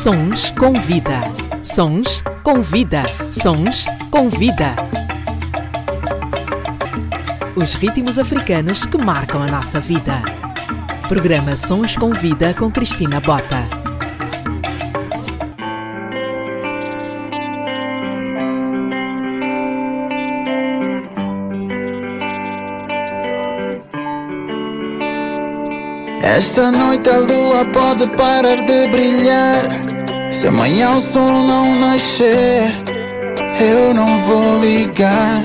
Sons com vida. Sons com vida. Sons com vida. Os ritmos africanos que marcam a nossa vida. Programa Sons com Vida com Cristina Bota. Esta noite a lua pode parar de brilhar. Se amanhã o sol não nascer, eu não vou ligar.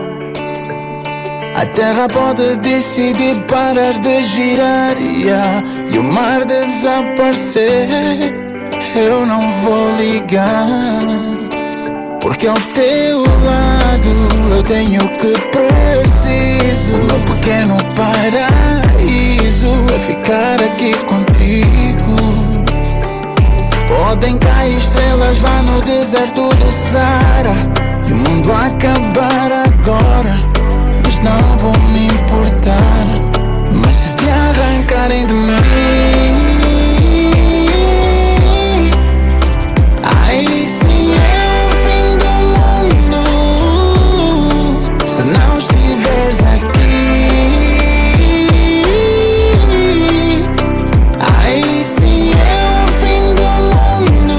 A terra pode decidir parar de girar, e o mar desaparecer, eu não vou ligar. Porque ao teu lado eu tenho o que preciso. O meu pequeno paraíso é ficar aqui contigo. Podem cair estrelas lá no deserto do Saara e o mundo acabar agora, mas não vou me importar. Mas se te arrancarem de mim, aí sim é o fim do mundo. Se não estiveres aqui, aí sim é o fim do mundo.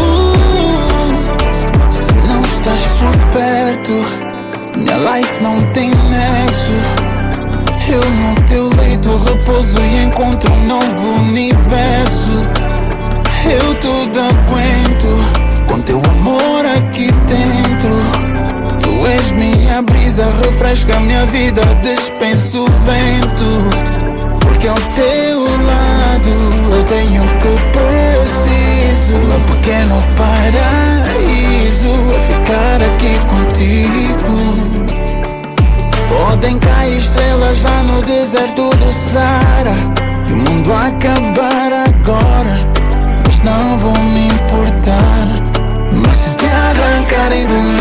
Se não estás por perto, minha life não tem nexo. Eu no teu leito repouso e encontro um novo universo. Eu tudo aguento com teu amor aqui dentro. Tu és minha brisa, refresca minha vida, dispenso o vento. Porque ao teu lado eu tenho o que preciso. Meu pequeno paraíso é ficar aqui contigo. Podem cair estrelas lá no deserto do Saara e o mundo acabar agora, mas não vou me importar. Mas se te arrancarem de mim,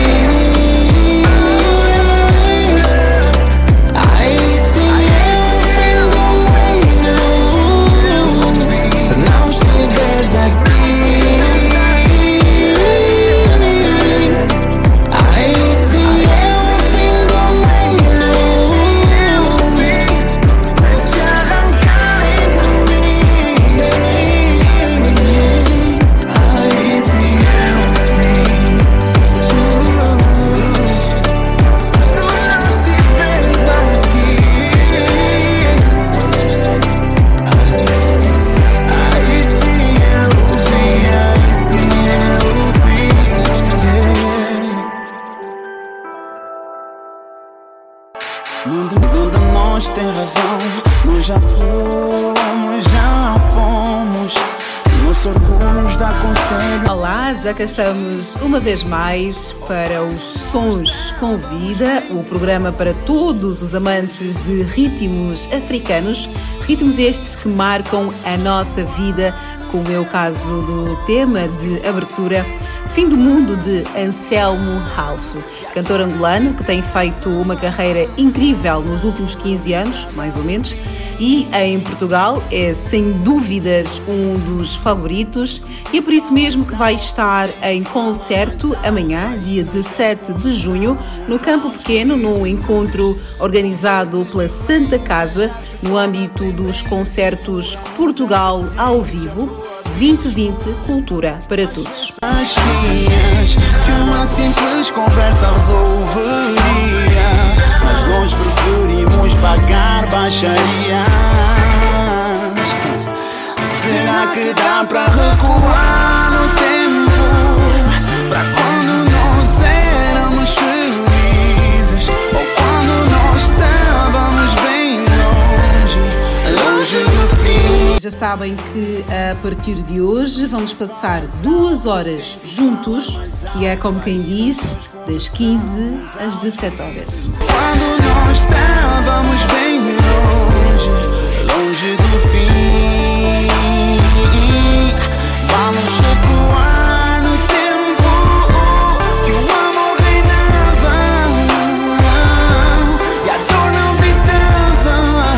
aí sim é o fim do mundo. Se não estiveres aqui, aí sim é o fim do mundo. Se te arrancarem de mim, aí sim é o fim. Se tu não estiveres aqui, aí sim é o fim, aí sim é o fim. Mundo de nós tem razão. Nós já fomos. Nosso orgulho nos dá conselho. Olá, já cá estamos uma vez mais para os Sons com Vida, o programa para todos os amantes de ritmos africanos, ritmos estes que marcam a nossa vida, como é o caso do tema de abertura Fim do Mundo, de Anselmo Ralph, cantor angolano que tem feito uma carreira incrível nos últimos 15 anos, mais ou menos, e em Portugal é sem dúvidas um dos favoritos, e é por isso mesmo que vai estar em concerto amanhã, dia 17 de junho, no Campo Pequeno, num encontro organizado pela Santa Casa, no âmbito dos concertos Portugal ao Vivo 2020, Cultura para Todos. As que uma simples conversa resolveria, mas nós preferimos pagar baixarias. Será que dá para recuar no tempo, para quando nós éramos felizes, ou quando nós estávamos bem longe do fim? Já sabem que a partir de hoje vamos passar 2 horas juntos, que é como quem diz, das 15 às 17 horas. Quando nós estávamos bem longe do fim, vamos recuar no tempo que o amor reinava e a dor não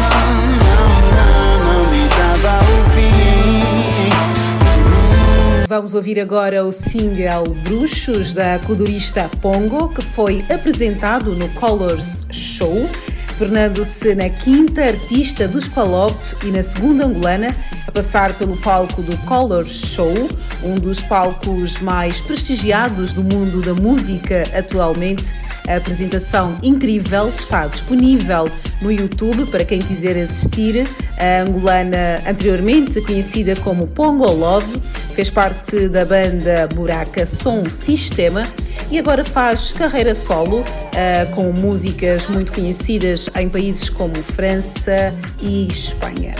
ditava o fim. Vamos ouvir agora o single Bruxos, da codurista Pongo, que foi apresentado no Colors Show, tornando-se na quinta artista dos Palop e na segunda angolana a passar pelo palco do Colors Show, um dos palcos mais prestigiados do mundo da música atualmente. A apresentação incrível está disponível no YouTube para quem quiser assistir. A angolana, anteriormente conhecida como Pongo Love, fez parte da banda Buraca Som Sistema e agora faz carreira solo com músicas muito conhecidas em países como França e Espanha.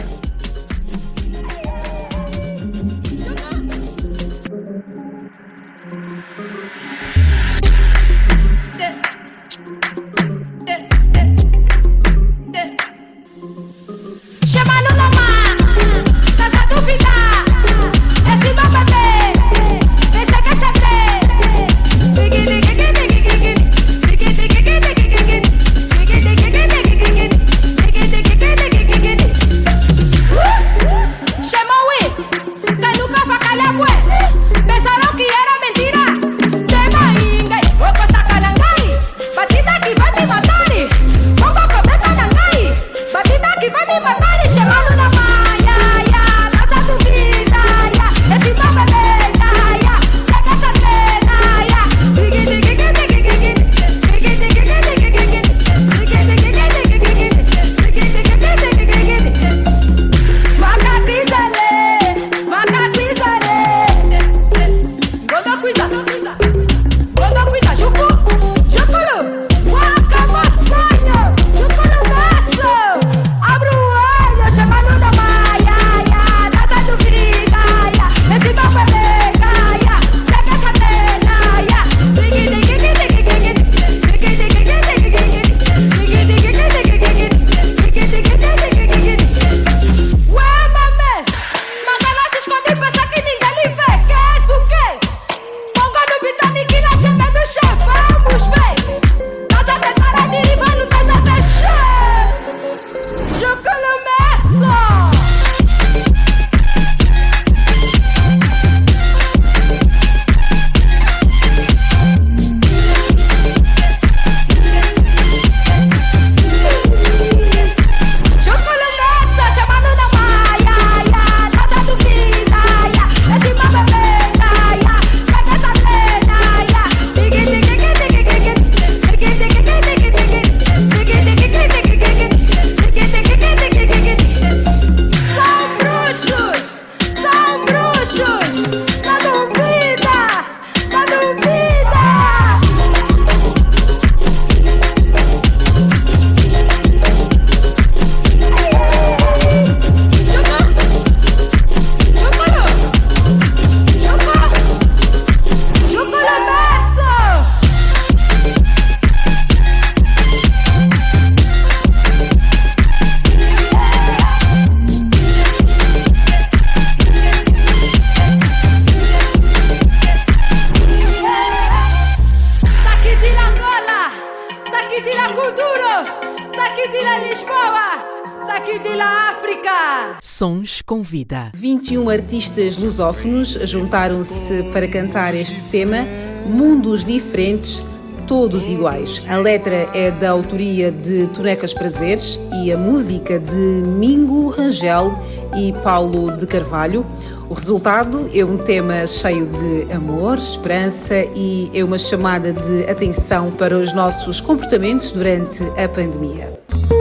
Sons com Vida. 21 artistas lusófonos juntaram-se para cantar este tema, Mundos Diferentes, Todos Iguais. A letra é da autoria de Tonecas Prazeres e a música de Mingo Rangel e Paulo de Carvalho. O resultado é um tema cheio de amor, esperança e é uma chamada de atenção para os nossos comportamentos durante a pandemia.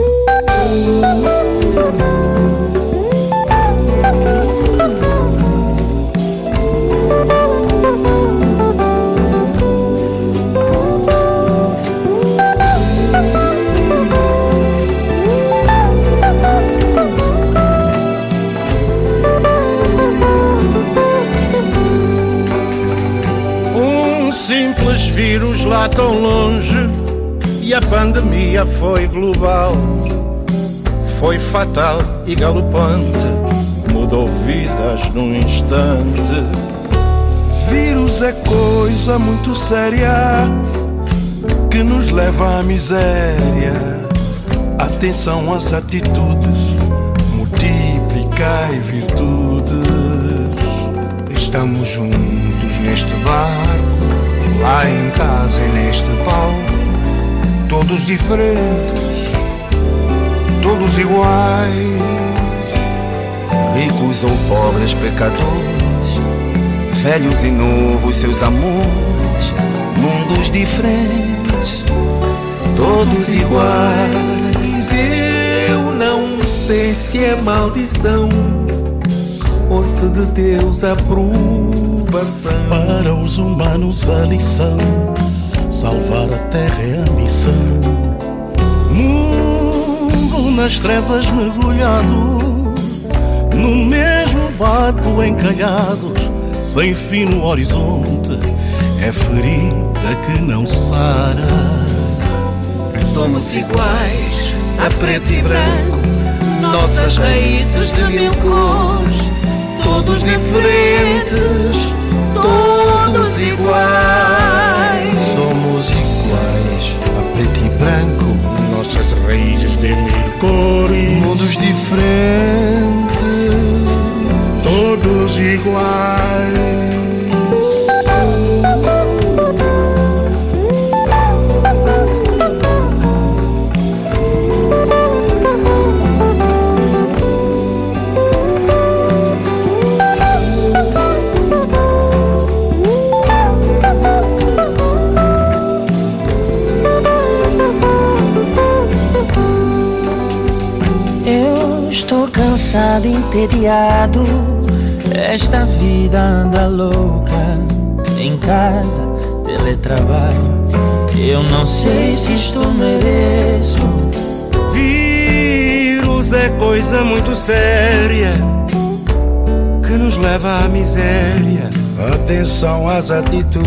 Um simples vírus lá tão longe e a pandemia foi global. Foi fatal e galopante, mudou vidas num instante. Vírus é coisa muito séria que nos leva à miséria. Atenção às atitudes, multiplicai virtudes. Estamos juntos neste barco, lá em casa e neste palco, todos diferentes, todos iguais, ricos ou pobres pecadores, velhos e novos seus amores, mundos diferentes, todos iguais. Eu não sei se é maldição ou se de Deus aprovação. Para os humanos a lição, salvar a terra é a missão. Mundo nas trevas mergulhado, no mesmo barco encalhados, sem fim no horizonte, é ferida que não sara. Somos iguais, a preto e branco, nossas raízes de mil cores, todos diferentes, todos iguais. Somos iguais, a preto e branco, nossas raízes de mil cores, mundos diferentes, todos iguais. Estou cansado, entediado, esta vida anda louca. Em casa, teletrabalho, eu não sei se isto mereço. Vírus é coisa muito séria que nos leva à miséria. Atenção às atitudes,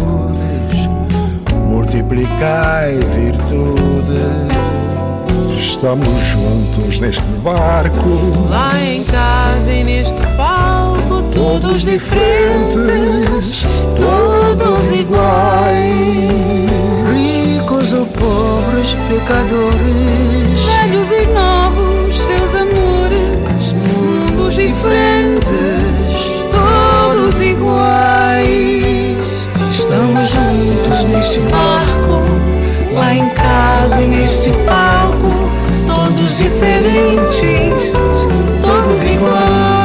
multiplicai virtude. Estamos juntos neste barco, Lá em casa e neste palco, todos diferentes, todos iguais. Ricos ou pobres pecadores, Velhos e novos, seus amores, mundos diferentes, todos iguais. estamos juntos neste barco, lá em casa e neste palco, todos diferentes, todos iguais.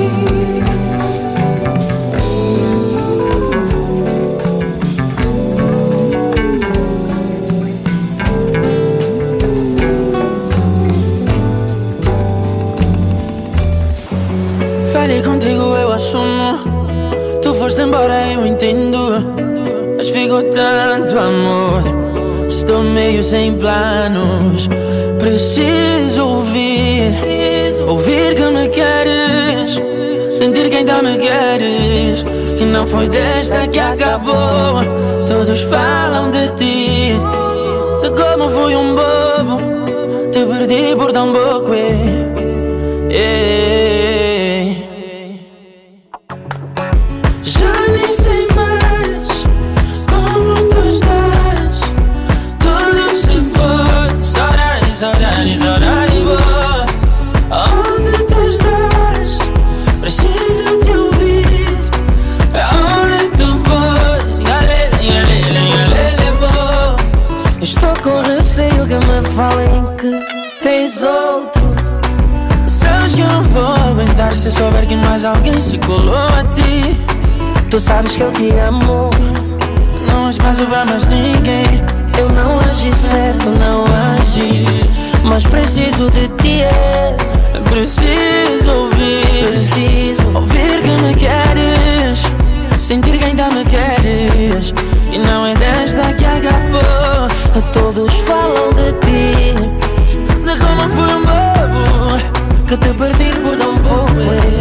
Falei contigo, eu assumo. Tu foste embora, eu entendo. Mas ficou tanto amor, estou meio sem planos. Preciso ouvir que me queres, sentir que ainda me queres, que não foi desta que acabou. Todos falam de ti, de como fui um bobo, te perdi por tão pouco. Já nem sei mais como tu estás. Tudo se foi, saudade, saudade, saudade boa. Onde tu estás? Preciso te ouvir. Onde tu fores? Galera, galera, galera boa. Estou com receio que me falem que tens outro. Sabes que eu não vou aguentar se souber que mais alguém se colou a ti. Tu sabes que eu te amo, não há espaço pra mais ninguém. Eu não agi certo, não agi, mas preciso de ti, preciso ouvir que me queres, sentir que ainda me queres, e não é desta que acabou. Todos falam de ti, de como fui um bobo, que te perdi por tão pouco.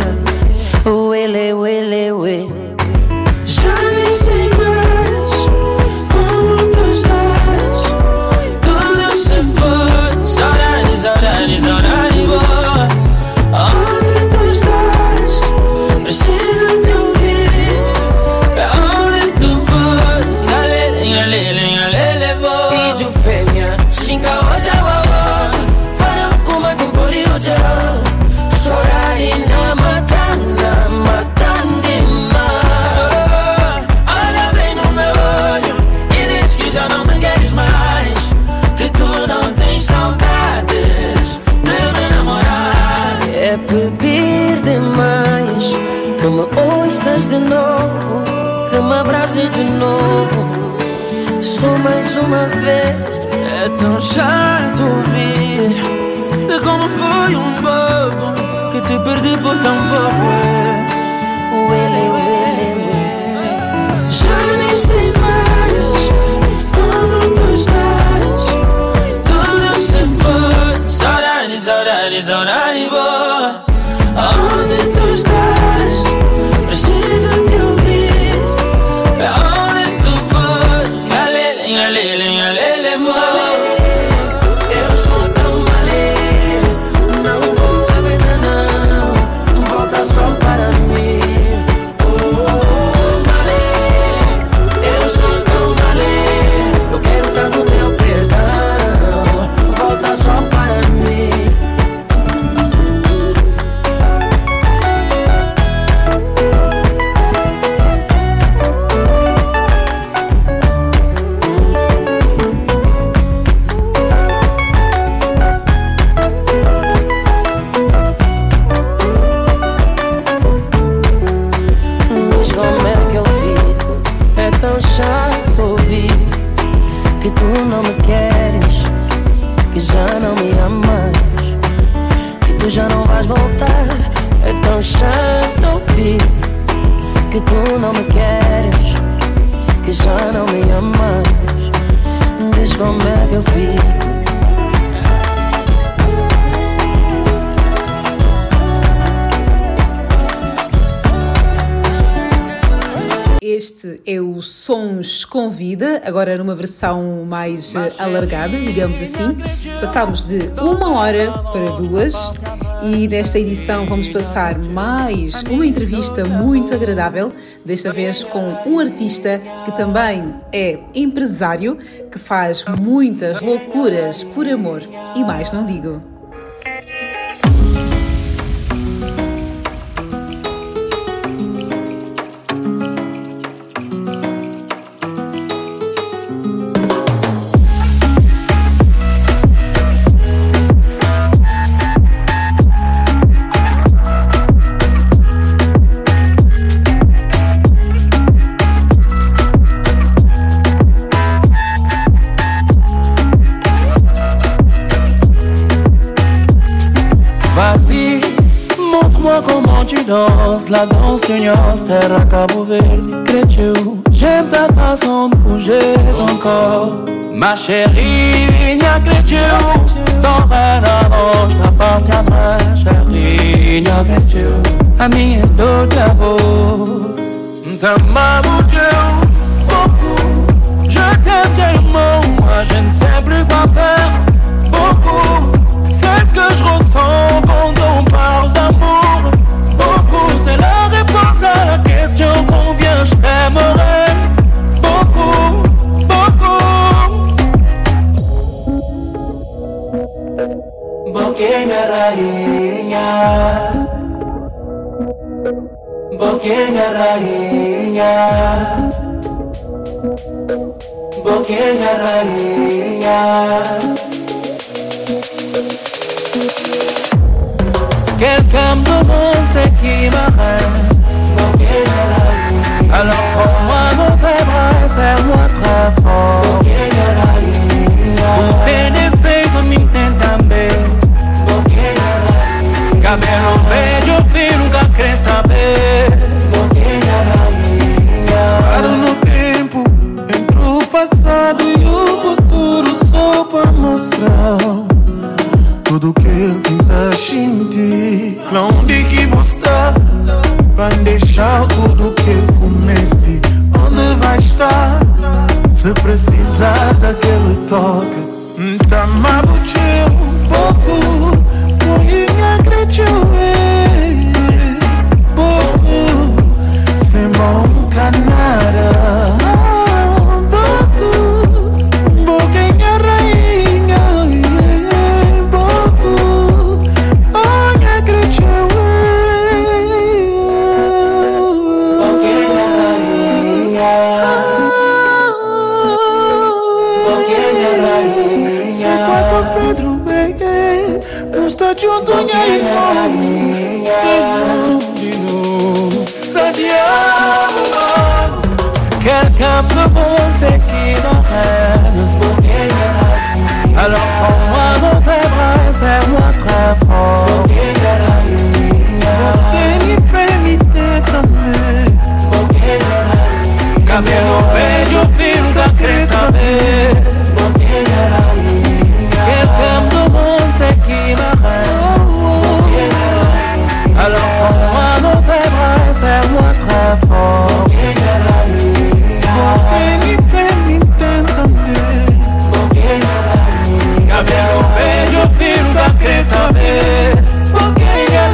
Já nem sei mais como tu estás. Tudo se foi, saudade, saudade, saudade boa. Onde tu estás? Preciso te ouvir. Onde tu fores? Galera, galera, galera boa. Vídeo fêmea, xinga outra voz. Farão como a compori outra. Chorare na matanda, matande mais. pedir demais que me ouças de novo, que me abraces de novo. Só mais uma vez, é tão chato ouvir de como fui um bobo que te perdi por tão pouco. Já nem sei mais como tu estás. Tudo se foi, saudade, saudade, saudade boa. Onde tu estás? Preciso te ouvir. Onde tu fores? Galele, galele, galele, mole. Eu estou tão malê. Não vou aguentar não. Volta só para mim. Que tu não me queres, que já não me amas, que tu já não vais voltar. É tão chato ouvir que tu não me queres, que já não me amas. Diz como é que eu fico. Este é o Sons com Vida, agora numa versão mais alargada, digamos assim. Passámos de 1 hora para 2 e nesta edição vamos passar mais uma entrevista muito agradável, desta vez com um artista que também é empresário, que faz muitas loucuras por amor e mais não digo. La danse d'Union, terre à Cabo Verde, Crétio. J'aime ta façon de bouger ton corps, ma chérie, nya Crétio. Dorénavant, je t'appartiendrai, chérie, nya Crétio. Ami et de Cabo, t'as ma bouche beaucoup. Je t'aime tellement, moi je ne sais plus quoi faire. Beaucoup, c'est ce que je ressens quand on parle d'amour. Beaucoup, c'est la réponse à la question combien je t'aimerais. Beaucoup, beaucoup. Boquinha rainha, boquinha rainha, boquinha rainha. Quelqu'un me demande c'est qui m'arrête. Alors prends-moi dans tes bras et serre-moi très fort. Scoute ne fai come intendambe. Cabelo vejo fino nunca quer saber. Paro no tempo entre o passado e o futuro só para mostrar tudo que ele tenta sentir. Onde que está? Vai deixar tudo que comeste. Onde vai estar? Se precisar daquele toque. Tá mabucheu pouco, poinha cresceu pouco, sem bom canara. de bon, c'est qui m'arrête. Alors prends-moi dans tes bras et serre-moi très fort. Porque mi também. Cabelo beijo, filho da quer saber. Quel thème de monde c'est qui m'arrête. Alors prends-moi dans tes bras et serre-moi très fort. Porque mi também. Cabelo beijo, filho da quer saber. Porque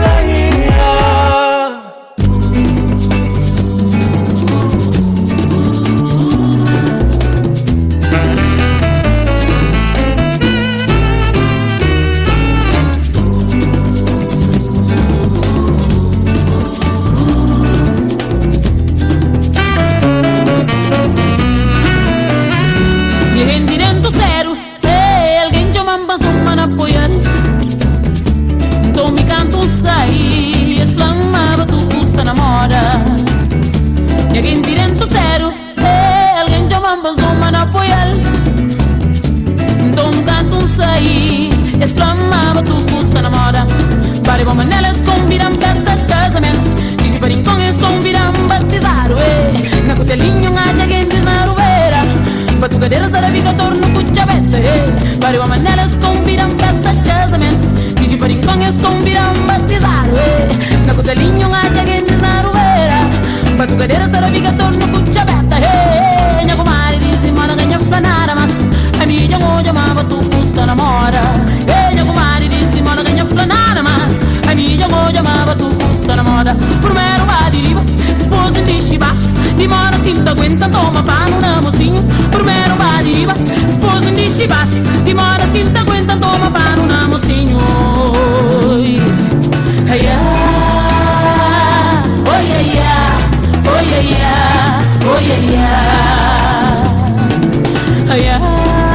exclamava tu custa namora. Várias manelas convidam festa de casamento. Diz para então eles convidam batizar. Na cotelinha há gente na rueira. Batucadeiras arabica torno cuchabete. Várias manelas convidam festa de casamento. Diz para então eles convidam batizar. Na cotelinha há gente na rueira. Batucadeiras arabica torno cuchabete. Minha comadre disse mano ganha planara mas a minha moja mava tu custa namora. Minha comadre disse mano ganha planara mas a minha moja mava tu custa namora. Primeiro vai de riba, esposa de baixo. Demora quinta aguenta, toma pano na mocinho. Primeiro vai de riba, esposa de baixo. Demora quinta aguenta, toma pano na mocinho. Oi, ai ai, oi ai ai, oi ai ai, oi ai ai, ai ai.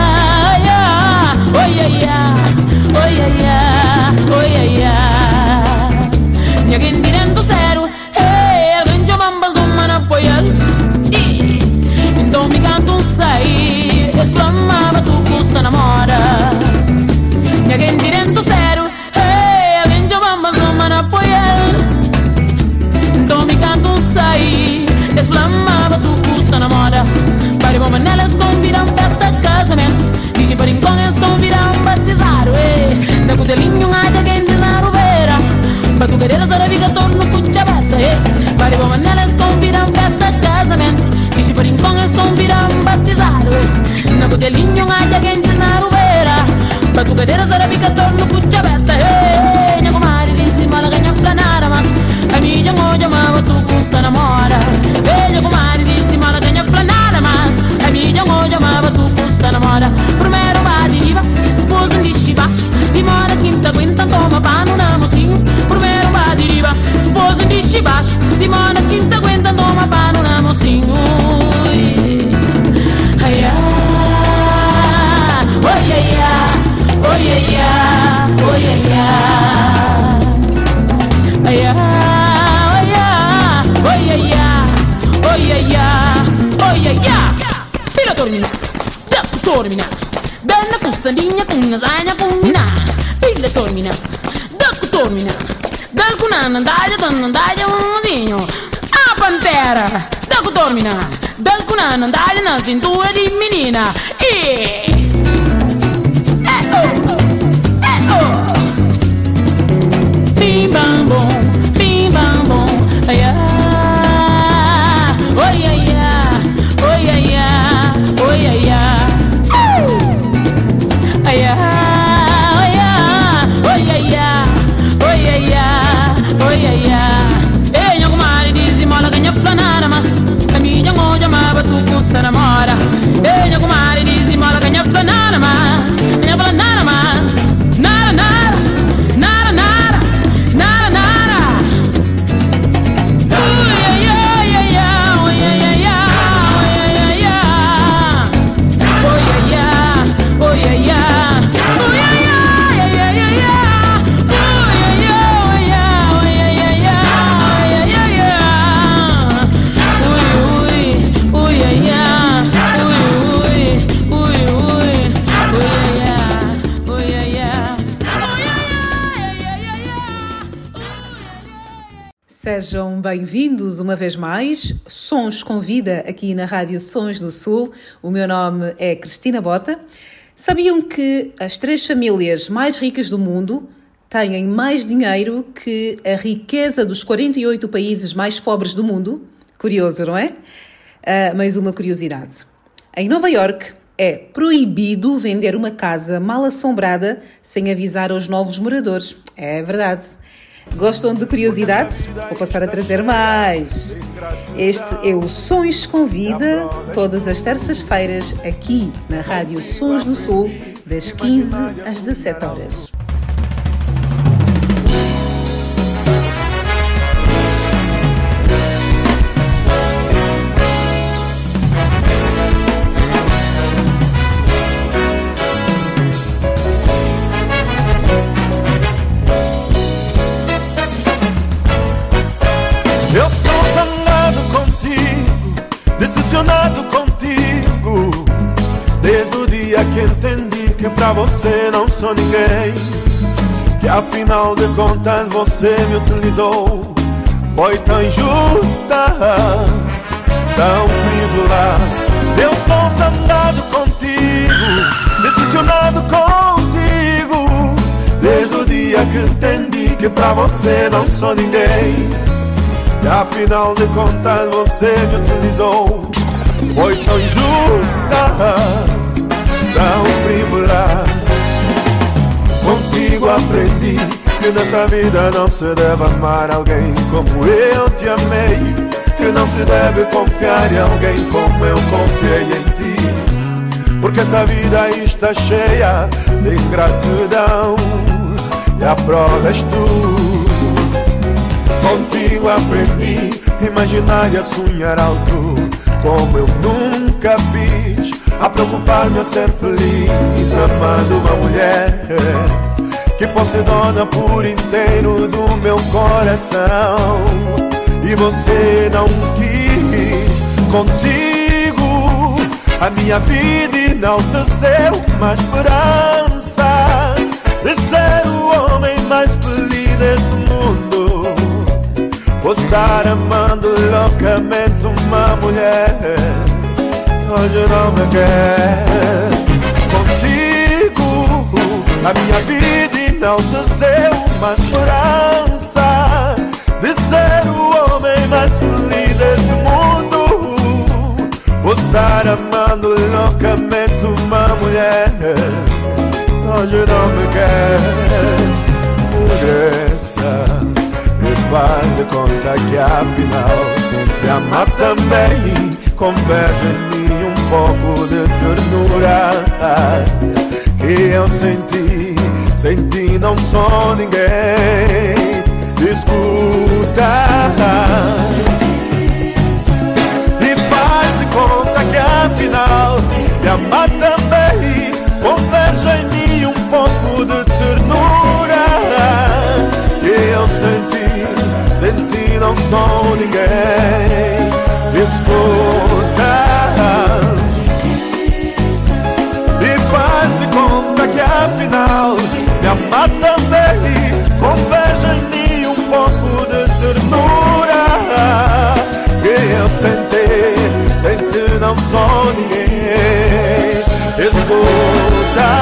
Oi, ai, ai, oi, ai, ai, oi, ai, ai. Minha gente dentro zero, a gente mamba zuma na poial. Então me canto sair, exclamava tu custa namora. Minha gente dentro zero, a gente mamba zuma na poial. Então me canto sair, exclamava tu custa namora. Várias manelas convidam festa de casamento. Diz para então eles convidam batizar. Na cotelinha há gente na rueira. Batucadeiras arabica torno cuchabete. Várias manelas convidam festa de casamento. Diz para então eles convidam batizar. Na cotelinha há gente na rueira. Batucadeiras arabica torno cuchabete. Minha comadre disse mala ganha planara mas a minha moja mava tu custa namora. Minha comadre disse mala ganha planara mas a minha moja mava tu custa namora. Primeiro vai de riba, esposa de baixo. Demora quinta aguenta, toma pano na mocinho. Primeiro vai de riba, esposa de baixo. Demora quinta aguenta, toma pano na mocinho. Ai ai, oi ai ai, oi ai ai, oi ai ai. Ai ai, oi ai ai, oi ai ai, oi ai ai. Tira dormina, dormina. Bella kusandinha kunna zanya kunna. Pilla dormina, daku dormina. Dalcunana daja umzinho. A pantera, daku dormina. Dalcunana daja na cintura di menina. Bim bam bom, bim bam bom. Ai ai, oi ai ai, oi ai ai, oi ai ai. Ai ai, oi ai, oi ai ai, oi ai ai, oi ai ai. Minha comadre disse mola ganha planara mas a minha moja mava tu custa namora. Minha comadre disse mola ganha Sejam bem-vindos uma vez mais. Sons com Vida aqui na Rádio Sons do Sul. O meu nome é Cristina Bota. Sabiam que as 3 famílias mais ricas do mundo têm mais dinheiro que a riqueza dos 48 países mais pobres do mundo? Curioso, não é? Mais uma curiosidade. Em Nova Iorque é proibido vender uma casa mal assombrada sem avisar aos novos moradores. É verdade. Gostam de curiosidades? Vou passar a trazer mais. Este é o Sons com Vida, todas as terças-feiras, aqui na Rádio Sons do Sul, das 15 às 17 horas. Eu estou zangado contigo, decepcionado contigo, desde o dia que entendi que pra você não sou ninguém, que afinal de contas você me utilizou. Foi tão injusta, tão frívola. Eu estou zangado contigo, decepcionado contigo, desde o dia que entendi que pra você não sou ninguém, e afinal de contas você me utilizou. Foi tão injusta, tão frívola. Contigo aprendi que nessa vida não se deve amar alguém como eu te amei, que não se deve confiar em alguém como eu confiei em ti, porque essa vida está cheia de ingratidão e a prova és tu. Contigo aprendi a imaginar e a sonhar alto como eu nunca fiz, a preocupar-me a ser feliz amando uma mulher que fosse dona por inteiro do meu coração, e você não quis. Contigo a minha vida enalteceu uma esperança de ser o homem mais feliz desse mundo. Vou estar amando loucamente uma mulher que hoje não me quer. Contigo a minha vida enalteceu uma esperança de ser o homem mais feliz desse mundo. Vou estar amando loucamente uma mulher que hoje não me quer. Regressa e faz de conta que afinal me ama também, converge em mim um pouco de ternura que eu senti, sem ti não sou ninguém. Escuta e faz de conta que afinal me ama também, converge em mim um pouco de ternura que eu senti, sem ti não sou ninguém. Escuta e faz de conta que afinal me ama também, converge em mim um pouco de ternura que eu senti, sem ti não sou ninguém. Escuta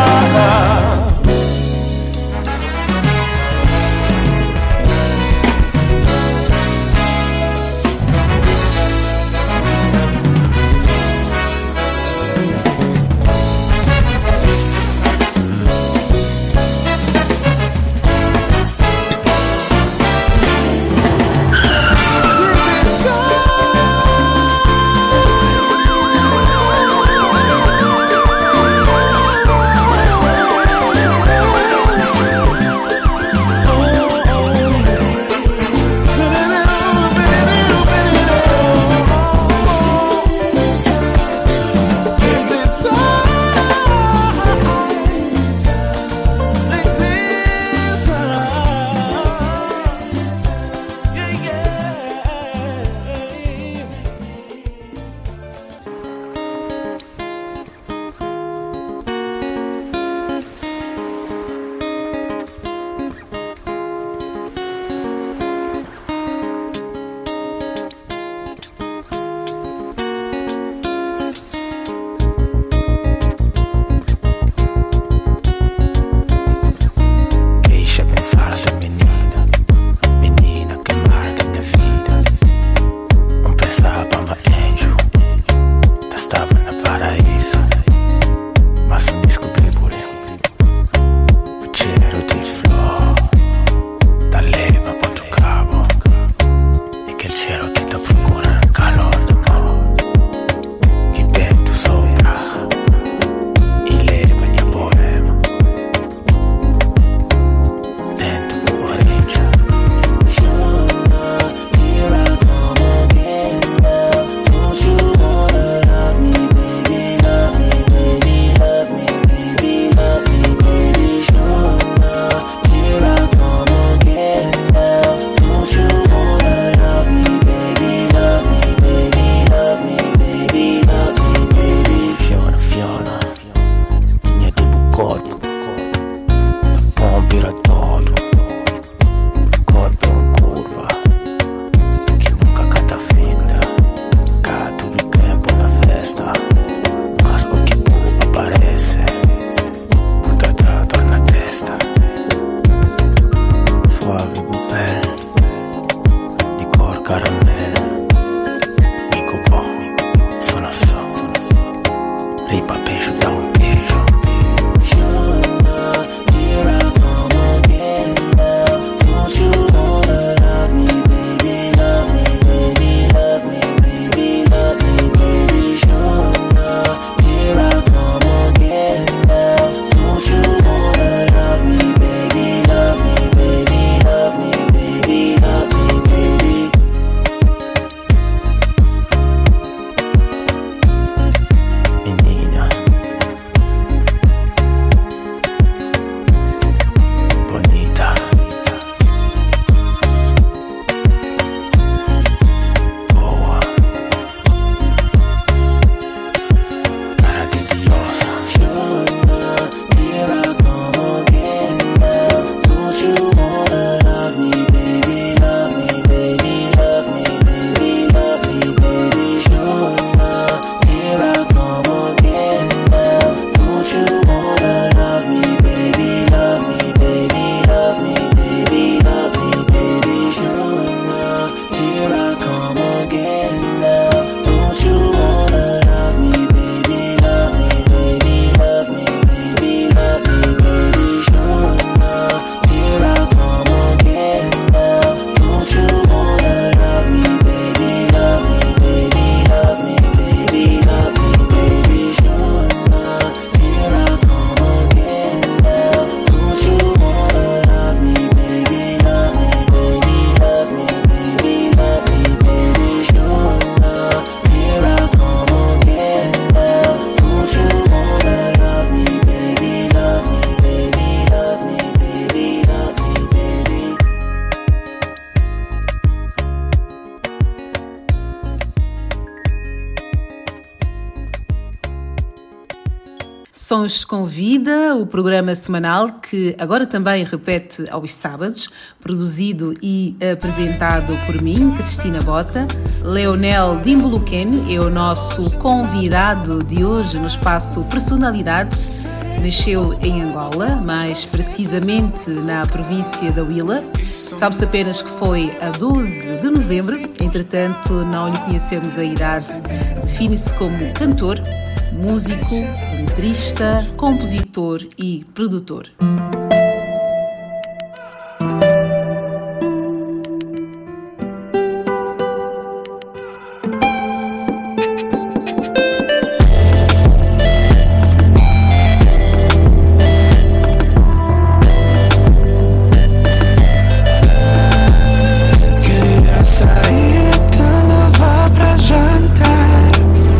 Sons com Vida, o programa semanal que agora também repete aos sábados, produzido e apresentado por mim, Cristina Bota. Leonel Dimbuluken é o nosso convidado de hoje no espaço Personalidades. Nasceu em Angola, mais precisamente na província da Huila. Sabe-se apenas que foi a 12 de novembro, entretanto não lhe conhecemos a idade. Define-se como cantor, músico, letrista, compositor e produtor.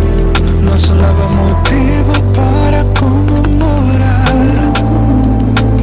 Motivo para comemorar.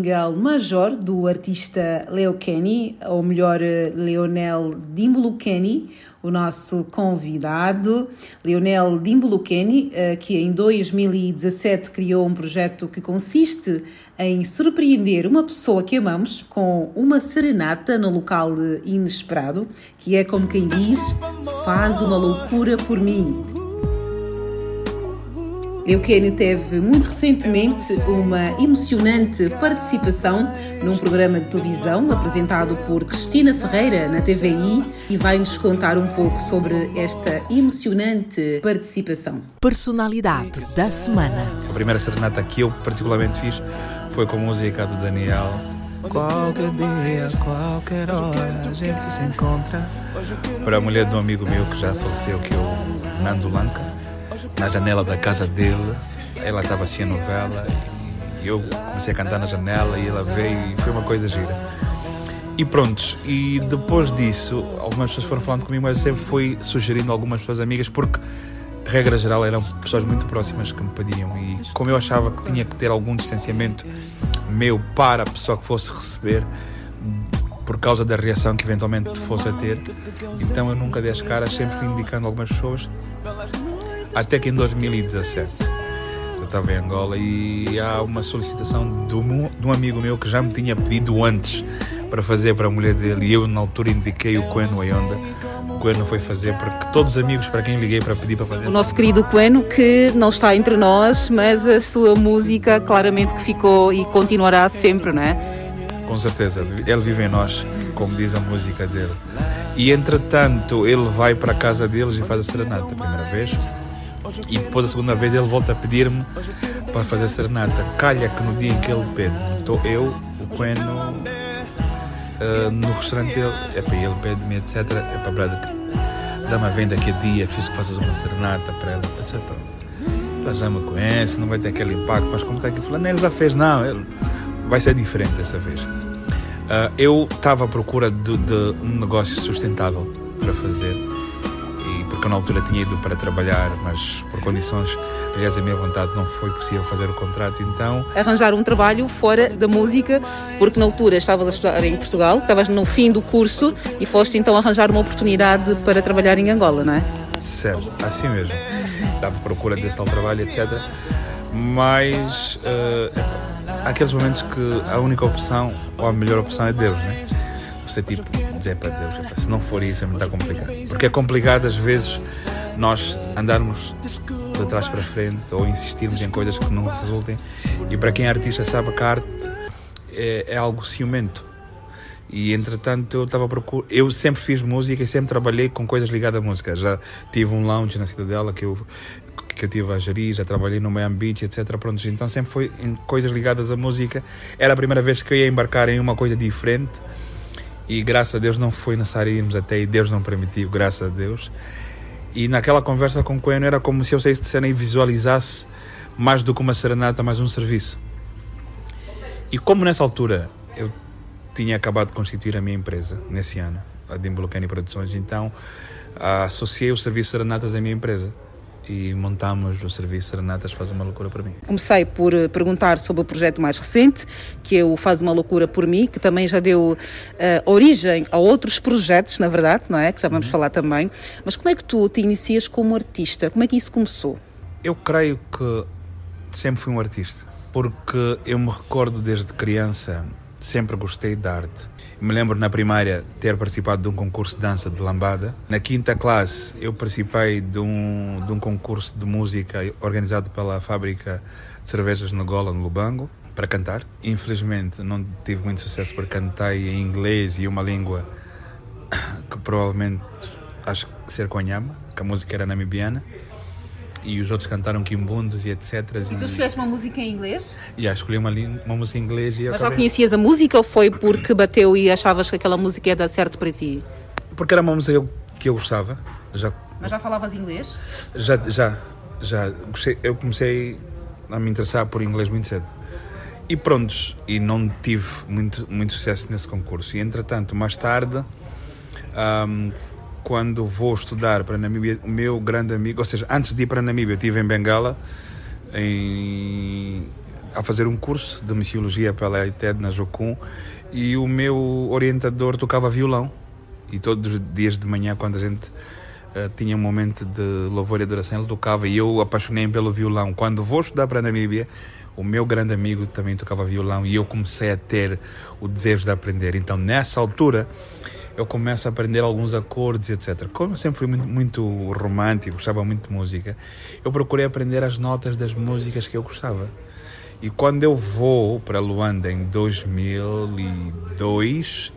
single Major do artista Leo Kenny, ou melhor, Leonel Dimbolo Kenny, o nosso convidado. Leonel Dimbolo Kenny, que em 2017 criou um projeto que consiste em surpreender uma pessoa que amamos com uma serenata no local inesperado, que é como quem diz, faz uma loucura por mim. Leo Kenny teve muito recentemente uma emocionante participação num programa de televisão apresentado por Cristina Ferreira na TVI e vai-nos contar um pouco sobre esta emocionante participação. Personalidade da semana. A primeira serenata que eu particularmente fiz foi com a música do Daniel. Qualquer dia, qualquer hora a gente se encontra. Para a mulher de um amigo meu que já faleceu, que é o Nando Lanca. Na janela da casa dele, ela estava assistindo novela e eu comecei a cantar na janela e ela veio e foi uma coisa gira. E prontos, e depois disso, algumas pessoas foram falando comigo, mas eu sempre fui sugerindo algumas pessoas amigas, porque, regra geral, eram pessoas muito próximas que me pediam. E como eu achava que tinha que ter algum distanciamento meu para a pessoa que fosse receber, por causa da reação que eventualmente fosse a ter, então eu nunca dei as caras, sempre fui indicando algumas pessoas. Até que em 2017 eu estava em Angola e há uma solicitação de um amigo meu que já me tinha pedido antes para fazer para a mulher dele e eu na altura indiquei o Queno Ayonda. O Queno foi fazer, porque todos os amigos para quem liguei para pedir para fazer... O nosso querido Queno, que não está entre nós, mas a sua música claramente que ficou e continuará sempre, não é? Com certeza, ele vive em nós, como diz a música dele. E entretanto ele vai para a casa deles e faz a serenata a primeira vez. E depois a segunda vez ele volta a pedir-me para fazer a serenata. Calha que no dia em que ele pede, estou eu, o Queno, no restaurante dele, ele pede-me, etc. Brother, dá-me a venda daqui a dia, preciso que faças uma serenata para ela, etc. Ela já me conhece, não vai ter aquele impacto, mas como está aqui falando, ele já fez, não, ele vai ser diferente dessa vez. Eu estava à procura de um negócio sustentável para fazer. Porque eu na altura tinha ido para trabalhar, mas por condições, aliás, a minha vontade não foi possível fazer o contrato, então... Arranjar um trabalho fora da música, porque na altura estavas a estudar em Portugal, estavas no fim do curso e foste então arranjar uma oportunidade para trabalhar em Angola, não é? Certo, assim mesmo. Estava à procura desse tal trabalho, etc. Mas há aqueles momentos que a única opção, ou a melhor opção é Deus, não é? Você tipo dizer para Deus, se não for isso é muito complicado, porque é complicado às vezes nós andarmos de trás para frente ou insistirmos em coisas que não resultem, e para quem é artista sabe que a arte é algo ciumento, e entretanto eu estava à procura, eu sempre fiz música e sempre trabalhei com coisas ligadas à música, já tive um lounge na Cidadela que eu tive a gerir, já trabalhei no Miami Beach, etc. Pronto, então sempre foi em coisas ligadas à música, era a primeira vez que eu ia embarcar em uma coisa diferente. E graças a Deus não foi necessário irmos até aí, Deus não permitiu, graças a Deus. E naquela conversa com o Queno era como se eu saísse de cena e visualizasse mais do que uma serenata, mais um serviço. E como nessa altura eu tinha acabado de constituir a minha empresa, nesse ano, a Dimbolo Kenny Produções, então associei o serviço serenatas à minha empresa. E montamos o serviço Serenatas Faz Uma Loucura por Mim. Comecei por perguntar sobre o projeto mais recente, que é o Faz Uma Loucura por Mim, que também já deu origem a outros projetos, na verdade, não é? Que já vamos falar também. Mas como é que tu te inicias como artista? Como é que isso começou? Eu creio que sempre fui um artista, porque eu me recordo desde criança, sempre gostei de arte. Me lembro na primária ter participado de um concurso de dança de lambada. Na quinta classe eu participei de um concurso de música organizado pela fábrica de cervejas de Angola, no Lubango, para cantar. Infelizmente não tive muito sucesso porque cantei em inglês e uma língua que provavelmente acho que ser Conhama, que a música era namibiana. E os outros cantaram quimbundos e etc. E tu escolheste uma música em inglês? Escolhi uma música em inglês e Mas já conhecias a música ou foi porque bateu e achavas que aquela música ia dar certo para ti? Porque era uma música que eu gostava. Mas já falavas inglês? Já. Eu comecei a me interessar por inglês muito cedo. E prontos, e não tive muito sucesso nesse concurso. E entretanto, mais tarde... quando vou estudar para Namíbia, o meu grande amigo, ou seja, antes de ir para Namíbia, eu estive em Bengala, a fazer um curso de missiologia pela ITED na Jocum, e o meu orientador tocava violão, e todos os dias de manhã, quando a gente tinha um momento de louvor e adoração, ele tocava, e eu apaixonei-me pelo violão. Quando vou estudar para a Namíbia, o meu grande amigo também tocava violão, e eu comecei a ter o desejo de aprender. Então, nessa altura, eu começo a aprender alguns acordes, etc. Como eu sempre fui muito romântico, gostava muito de música, eu procurei aprender as notas das músicas que eu gostava. E quando eu vou para Luanda em 2002,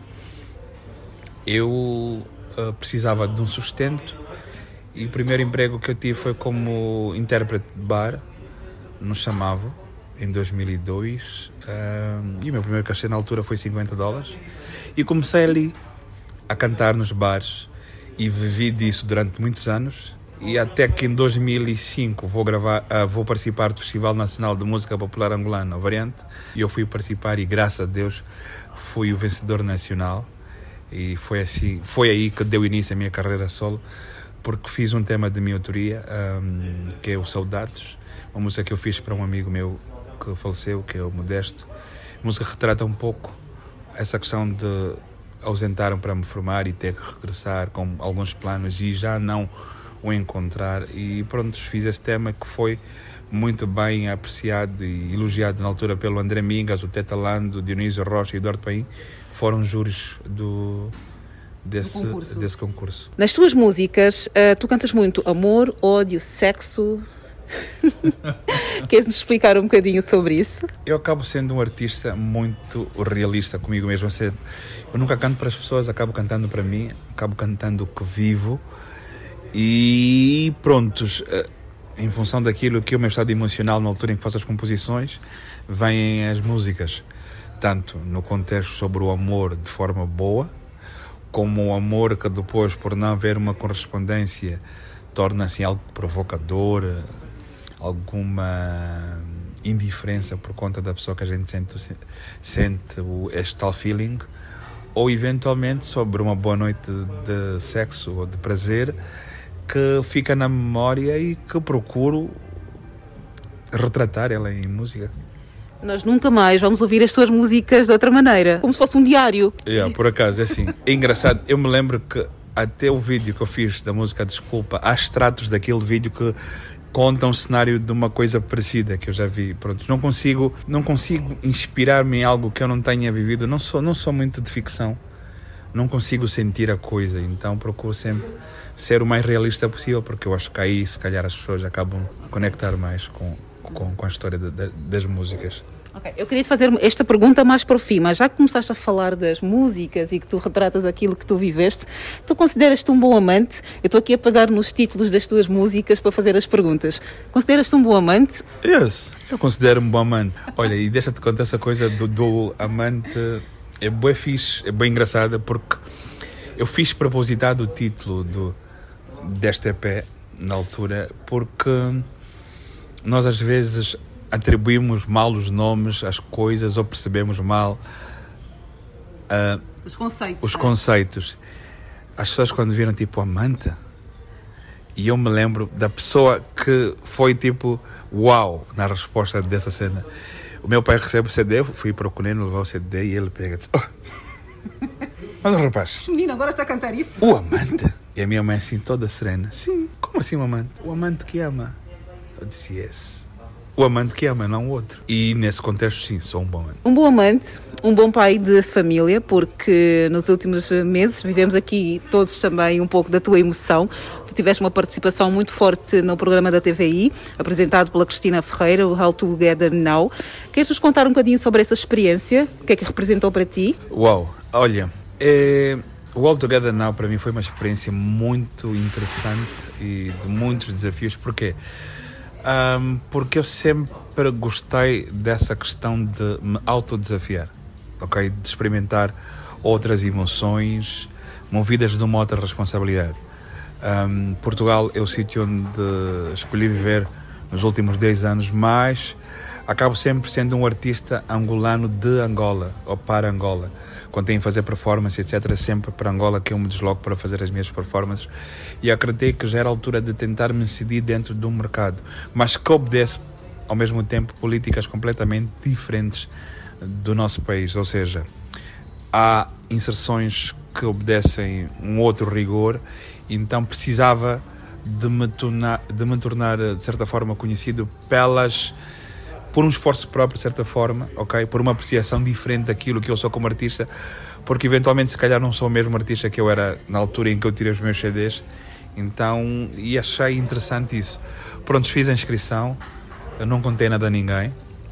eu precisava de um sustento, e o primeiro emprego que eu tive foi como intérprete de bar no Chamavo, em 2002, e o meu primeiro cachê na altura foi $50, e comecei ali a cantar nos bares, e vivi disso durante muitos anos, e até que em 2005 vou participar do Festival Nacional de Música Popular Angolana, Variante, e eu fui participar, e graças a Deus fui o vencedor nacional, e foi aí que deu início à minha carreira solo, porque fiz um tema de minha autoria, que é o Saudades, uma música que eu fiz para um amigo meu que faleceu, que é o Modesto. A música retrata um pouco essa questão de ausentaram para me formar e ter que regressar com alguns planos e já não o encontrar, e pronto, fiz esse tema que foi muito bem apreciado e elogiado na altura pelo André Mingas, o Teta Lando, o Dionísio Rocha e o Eduardo Paim, foram júris desse concurso. Nas tuas músicas, tu cantas muito amor, ódio, sexo. Queres nos explicar um bocadinho sobre isso? Eu acabo sendo um artista muito realista comigo mesmo. Eu nunca canto para as pessoas, acabo cantando para mim, acabo cantando o que vivo, e prontos, em função daquilo que é o meu estado emocional na altura em que faço as composições, vêm as músicas, tanto no contexto sobre o amor de forma boa, como o amor que depois, por não haver uma correspondência, torna-se algo provocador, alguma indiferença por conta da pessoa que a gente sente este tal feeling, ou eventualmente sobre uma boa noite de sexo ou de prazer que fica na memória e que procuro retratar ela em música. Nós nunca mais vamos ouvir as tuas músicas de outra maneira, como se fosse um diário. Por acaso, é assim, é engraçado, eu me lembro que até o vídeo que eu fiz da música Desculpa, há extratos daquele vídeo que contam um cenário de uma coisa parecida que eu já vi. Pronto, não consigo inspirar-me em algo que eu não tenha vivido. Não sou muito de ficção, não consigo sentir a coisa, então procuro sempre ser o mais realista possível, porque eu acho que aí se calhar as pessoas acabam a conectar mais com a história das músicas. Okay. Eu queria te fazer esta pergunta mais para o fim, mas já que começaste a falar das músicas e que tu retratas aquilo que tu viveste, tu consideras-te um bom amante? Eu estou aqui a pegar nos títulos das tuas músicas para fazer as perguntas. Consideras-te um bom amante? Yes, eu considero-me um bom amante. Olha, e deixa-te contar essa coisa do amante, é bem fixe, é bem engraçada, porque eu fiz propositado o título deste EP na altura, porque nós às vezes atribuímos mal os nomes às coisas ou percebemos mal os conceitos. As pessoas quando viram tipo amante, e eu me lembro da pessoa que foi tipo uau na resposta dessa cena. O meu pai recebe o CD, eu fui procurar levar o CD e ele pega e diz: mas o rapaz, este menino agora está a cantar isso? O amante? E a minha mãe assim toda serena: sim, como assim o amante? O amante que ama. Eu disse: yes. O amante que ama, não o outro. E nesse contexto, sim, sou um bom amante. Um bom amante, um bom pai de família, porque nos últimos meses vivemos aqui todos também um pouco da tua emoção. Tu tiveste uma participação muito forte no programa da TVI, apresentado pela Cristina Ferreira, o All Together Now. Queres nos contar um bocadinho sobre essa experiência? O que é que representou para ti? Uau, olha, o All Together Now para mim foi uma experiência muito interessante e de muitos desafios. Porquê? Porque eu sempre gostei dessa questão de me autodesafiar, ok? De experimentar outras emoções movidas de uma outra responsabilidade. Portugal é o sítio onde escolhi viver nos últimos 10 anos, mas acabo sempre sendo um artista angolano de Angola ou para Angola. Quando tenho que fazer performance, etc., sempre para Angola que eu me desloco para fazer as minhas performances, e acreditei que já era a altura de tentar me incidir dentro de um mercado, mas que obedece ao mesmo tempo, políticas completamente diferentes do nosso país. Ou seja, há inserções que obedecem um outro rigor, então precisava de me tornar de certa forma conhecido por um esforço próprio, de certa forma, ok? Por uma apreciação diferente daquilo que eu sou como artista, porque eventualmente se calhar não sou o mesmo artista que eu era na altura em que eu tirei os meus CDs, então, e achei interessante isso. Pronto, fiz a inscrição, eu não contei nada a ninguém,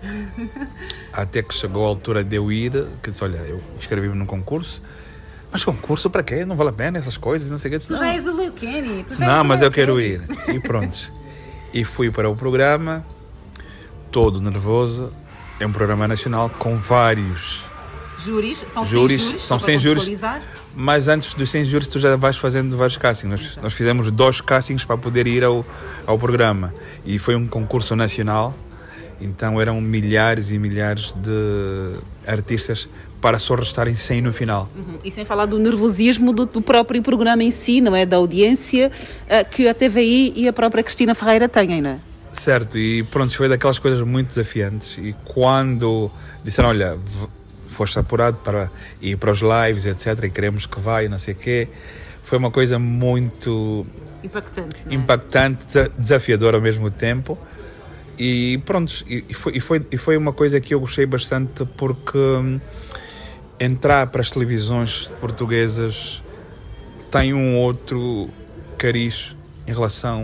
até que chegou a altura de eu ir, que disse, olha, eu inscrevi-me num concurso. Mas concurso para quê? Não vale a pena essas coisas, não sei o que. Tu já és o Lil Kenny. Não, mas eu quero ir. E pronto. E fui para o programa, todo nervoso. É um programa nacional com vários júris. São 100 júris. Mas antes dos 100 júris tu já vais fazendo vários castings. Nós fizemos 2 castings para poder ir ao programa. E foi um concurso nacional. Então eram milhares e milhares de artistas para só restarem 100 no final. E sem falar do nervosismo do próprio programa em si, não é? Da audiência que a TVI e a própria Cristina Ferreira têm, não é? Certo, e pronto, foi daquelas coisas muito desafiantes. E quando disseram, olha, foste apurado para ir para os lives, etc., e queremos que vá e não sei o quê, foi uma coisa muito impactante, desafiadora ao mesmo tempo. E pronto, e foi uma coisa que eu gostei bastante, porque entrar para as televisões portuguesas tem um outro cariz em relação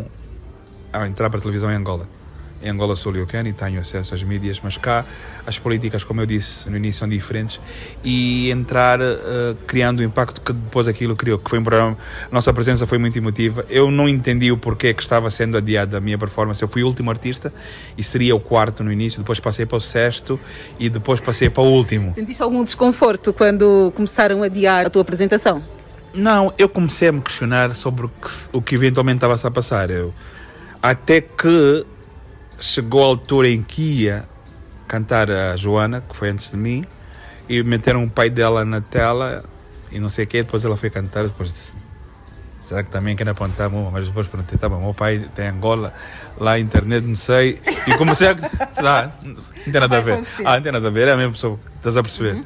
a entrar para a televisão em Angola. Em Angola sou Lil Kenny e tenho acesso às mídias, mas cá as políticas, como eu disse no início, são diferentes, e entrar criando o impacto que depois aquilo criou, que foi um programa, a nossa presença foi muito emotiva. Eu não entendi o porquê que estava sendo adiada a minha performance. Eu fui o último artista e seria o 4º no início, depois passei para o 6º e depois passei para o último. Sentiste algum desconforto quando começaram a adiar a tua apresentação? Não, eu comecei a me questionar sobre o que eventualmente estava a passar. Até que chegou a altura em que ia cantar a Joana, que foi antes de mim, e meteram o pai dela na tela e não sei o quê. Depois ela foi cantar, depois disse, será que também quer apontar? Mas depois perguntei, tá bom, meu pai tem Angola, lá a internet, não sei, e comecei a... não tem nada a ver. Não tem nada a ver, é a mesma pessoa, estás a perceber?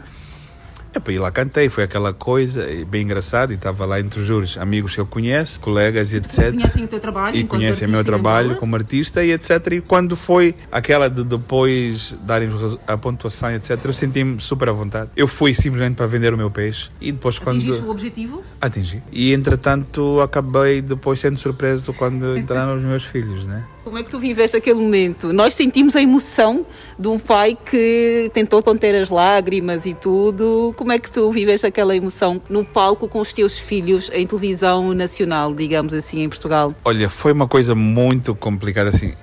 E lá cantei, foi aquela coisa bem engraçada, e estava lá entre os júris, amigos que eu conheço, colegas e etc. Conhecem o teu trabalho? E conhecem o meu trabalho como artista e etc. E quando foi aquela de depois darem a pontuação e etc, eu senti-me super à vontade. Eu fui simplesmente para vender o meu peixe. E depois Atingiste o objetivo? Atingi. E entretanto acabei depois sendo surpreso quando entraram os meus filhos, né? Como é que tu viveste aquele momento? Nós sentimos a emoção de um pai que tentou conter as lágrimas e tudo. Como é que tu viveste aquela emoção no palco com os teus filhos em televisão nacional, digamos assim, em Portugal? Olha, foi uma coisa muito complicada, assim.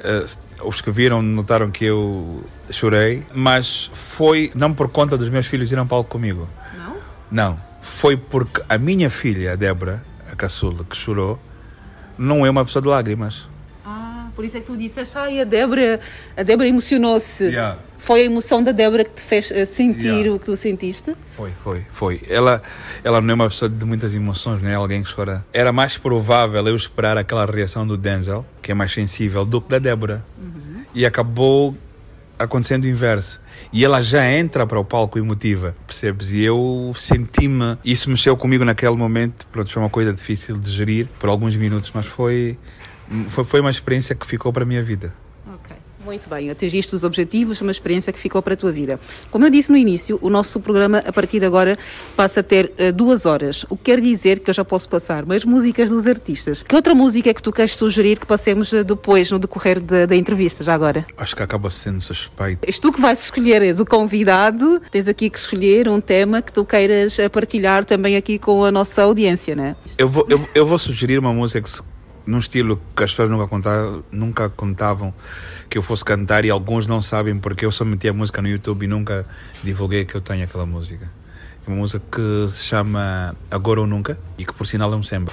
Os que viram notaram que eu chorei, mas foi não por conta dos meus filhos irem ao palco comigo. Não? Não. Foi porque a minha filha, a Débora, a caçula, que chorou, não é uma pessoa de lágrimas. Por isso é que tu disseste, a Débora emocionou-se. Yeah. Foi a emoção da Débora que te fez sentir o que tu sentiste? Foi. Ela não é uma pessoa de muitas emoções, não é alguém que chora. Era mais provável eu esperar aquela reação do Denzel, que é mais sensível, do que da Débora. E acabou acontecendo o inverso. E ela já entra para o palco emotiva, percebes? E eu senti-me... Isso mexeu comigo naquele momento. Pronto, foi uma coisa difícil de gerir por alguns minutos, mas foi uma experiência que ficou para a minha vida. Ok, muito bem. Atingiste os objetivos, uma experiência que ficou para a tua vida. Como eu disse no início, o nosso programa, a partir de agora, passa a ter 2 horas. O que quer dizer que eu já posso passar mais músicas dos artistas. Que outra música é que tu queres sugerir que passemos depois, no decorrer da entrevista, já agora? Acho que acaba sendo suspeito. És tu que vais escolher, és o convidado. Tens aqui que escolher um tema que tu queiras partilhar também aqui com a nossa audiência, não é? Eu vou sugerir uma música num estilo que as pessoas nunca contavam que eu fosse cantar, e alguns não sabem porque eu só meti a música no YouTube e nunca divulguei que eu tenho aquela música. É uma música que se chama Agora ou Nunca e que por sinal é um samba.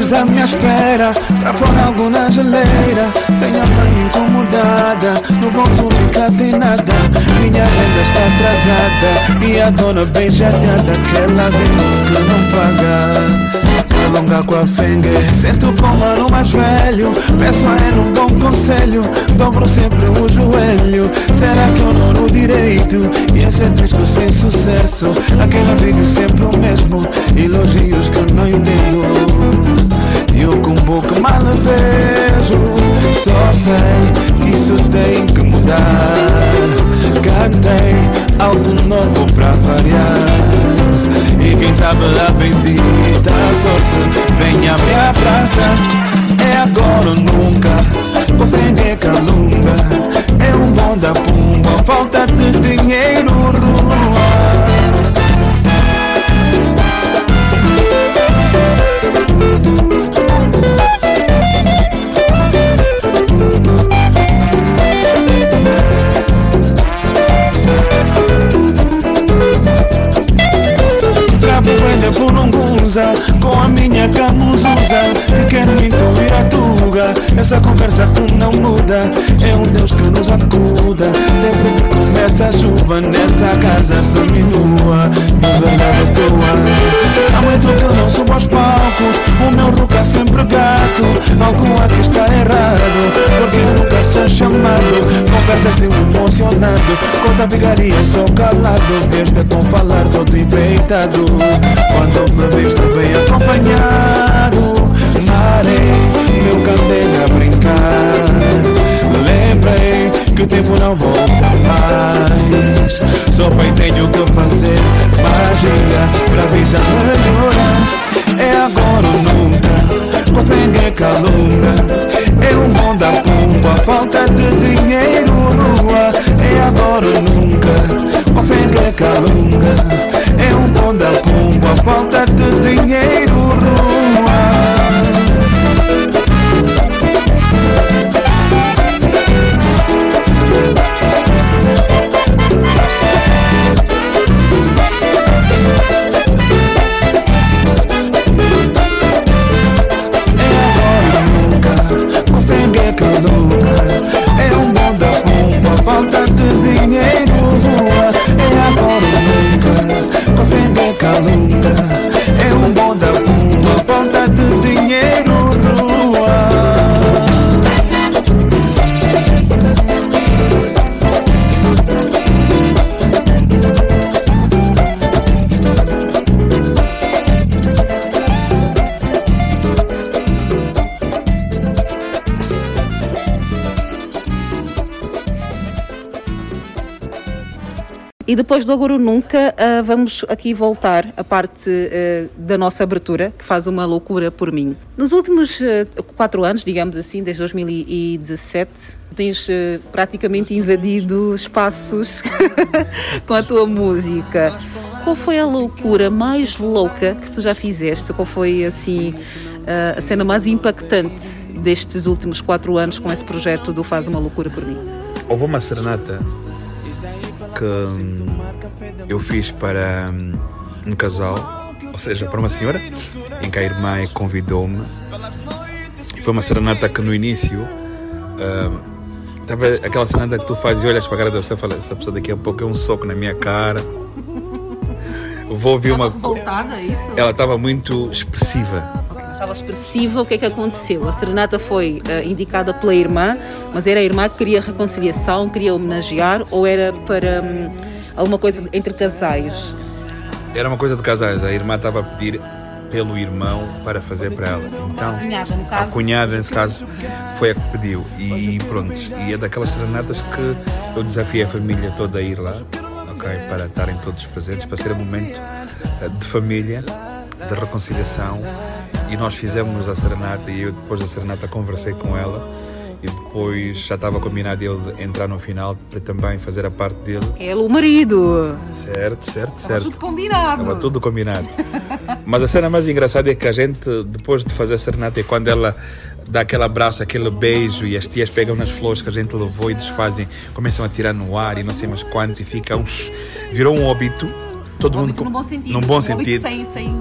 meses à minha espera pra pôr algo na geleira. Tenho a mãe incomodada, no bolso nunca tem nada. Minha renda está atrasada e a dona bem chateada que ela vem nunca não paga. Alonga com a fengue, sento com o mano mais velho. Peço a ele um bom conselho, dobro sempre o joelho. Será que eu não no direito? E esse disco sem sucesso, aquele vídeo sempre o mesmo, elogios que eu não entendo. E eu com boca mal vejo, só sei que isso tem que mudar. Cantei algo novo pra variar. E quem sabe a bendita sorte venha me abraçar. É agora ou nunca, ofender calunga. É um bom da pumba, falta de dinheiro, rua. Por Lunguza, com a minha camuzuza, que quer me intuir a tuga. Essa conversa que não muda, é um Deus que nos acuda. Sempre que começa a chuva, nessa casa se minua. De verdade é tua. Há muito que eu não subo aos palcos, o meu ruca sempre gato. Algo aqui está errado, porque eu nunca sou chamado. Conversas de um emocionado, conta vigaria, sou calado. Veste com falar todo enfeitado. Quando me visto bem acompanhado, marei meu candeeiro a brincar. Lembrei que o tempo não volta mais. Só pai tenho que fazer magia pra vida melhorar. É agora ou nunca, com fengue calunga. É um bom da pumba, falta de dinheiro, rua. É agora ou nunca, com fengue calunga. É um bom da pumba, falta de dinheiro, rua. É um bom da pumba, falta de dinheiro, rua. É agora ou nunca, com fengue calunga. É um bom da pumba, falta de dinheiro, rua. E depois do Agora ou Nunca, vamos aqui voltar à parte da nossa abertura, que faz uma loucura por mim. Nos últimos 4 anos, digamos assim, desde 2017, tens praticamente invadido espaços com a tua música. Qual foi a loucura mais louca que tu já fizeste? Qual foi, assim, a cena mais impactante destes últimos 4 anos com esse projeto do Faz uma Loucura por Mim? Houve uma serenata que eu fiz para um casal, ou seja, para uma senhora, em que a irmã convidou-me. Foi uma serenata que no início estava aquela serenata que tu fazes e olhas para a cara da pessoa e falas: essa pessoa daqui a pouco é um soco na minha cara. Vou ouvir uma coisa. Ela estava muito expressiva. Estava expressiva. O que é que aconteceu? A serenata foi indicada pela irmã, mas era a irmã que queria reconciliação, queria homenagear, ou era para alguma coisa entre casais? Era uma coisa de casais. A irmã estava a pedir pelo irmão para fazer para ela. Então, a cunhada, nesse caso, foi a que pediu. E pronto. E é daquelas serenatas que eu desafiei a família toda a ir lá, okay, para estarem todos presentes, para ser um momento de família, de reconciliação. E nós fizemos a serenata e eu depois da serenata conversei com ela e depois já estava combinado ele entrar no final para também fazer a parte dele. Ele, o marido. Certo. Estava tudo combinado. Estava tudo combinado. Mas a cena mais engraçada é que a gente, depois de fazer a serenata, é quando ela dá aquele abraço, aquele beijo e as tias pegam nas flores que a gente levou e desfazem, começam a tirar no ar e não sei mais quanto e fica virou um óbito. Todo mundo num bom sentido. Num bom sentido.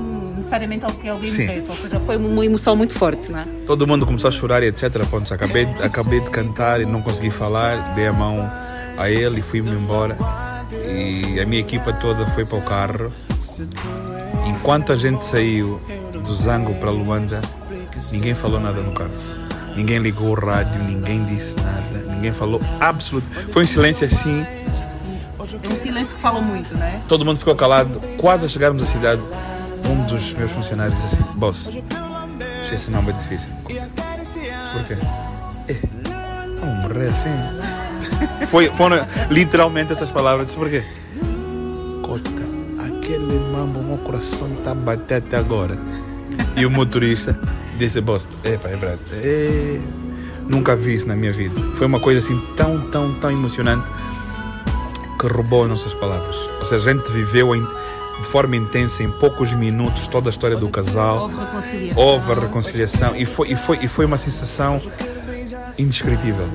necessariamente que alguém Sim. morresse, ou seja, foi uma emoção muito forte, não é? Todo mundo começou a chorar e etc. Ponto, acabei de cantar e não consegui falar, dei a mão a ele e fui-me embora. E a minha equipa toda foi para o carro. Enquanto a gente saiu do Zango para Luanda, ninguém falou nada no carro. Ninguém ligou o rádio, ninguém disse nada, ninguém falou absolutamente. Foi um silêncio assim. É um silêncio que fala muito, não é? Todo mundo ficou calado. Quase a chegarmos à cidade, um dos meus funcionários disse assim: boss, esse nome é difícil. Disse, por quê? Vamos morrer assim. Foram literalmente essas palavras. Disse, por quê? Cota, aquele mambo, meu coração está a bater até agora. E o motorista disse: boss, é verdade. Nunca vi isso na minha vida. Foi uma coisa assim tão emocionante que roubou as nossas palavras. Ou seja, a gente viveu de forma intensa, em poucos minutos, toda a história do casal. Houve a reconciliação. E foi uma sensação indescritível.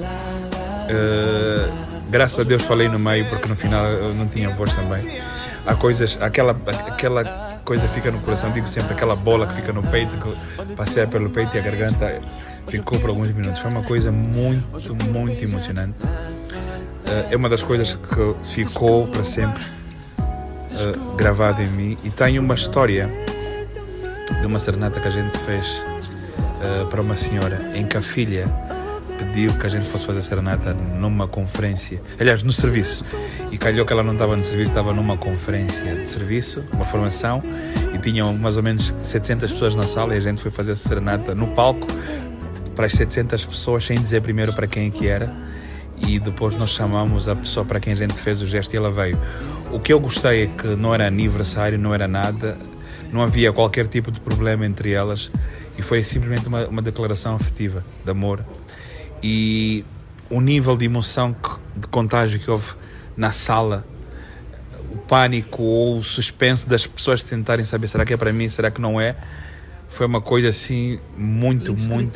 Graças a Deus falei no meio, porque no final eu não tinha voz também. Há coisas, aquela coisa fica no coração, digo sempre, aquela bola que fica no peito, que passeia pelo peito e a garganta ficou por alguns minutos. Foi uma coisa muito emocionante. É uma das coisas que ficou para sempre gravada em mim. E tenho uma história de uma serenata que a gente fez para uma senhora, em que a filha pediu que a gente fosse fazer serenata numa conferência, aliás, no serviço, e calhou que ela não estava no serviço, estava numa conferência de serviço, uma formação, e tinham mais ou menos 700 pessoas na sala, e a gente foi fazer serenata no palco para as 700 pessoas, sem dizer primeiro para quem é que era, e depois nós chamamos a pessoa para quem a gente fez o gesto e ela veio. O que eu gostei é que não era aniversário, não era nada, não havia qualquer tipo de problema entre elas, e foi simplesmente uma declaração afetiva de amor. E o nível de emoção, de contágio que houve na sala, o pânico ou o suspense das pessoas tentarem saber, será que é para mim, será que não é, foi uma coisa assim muito bonita,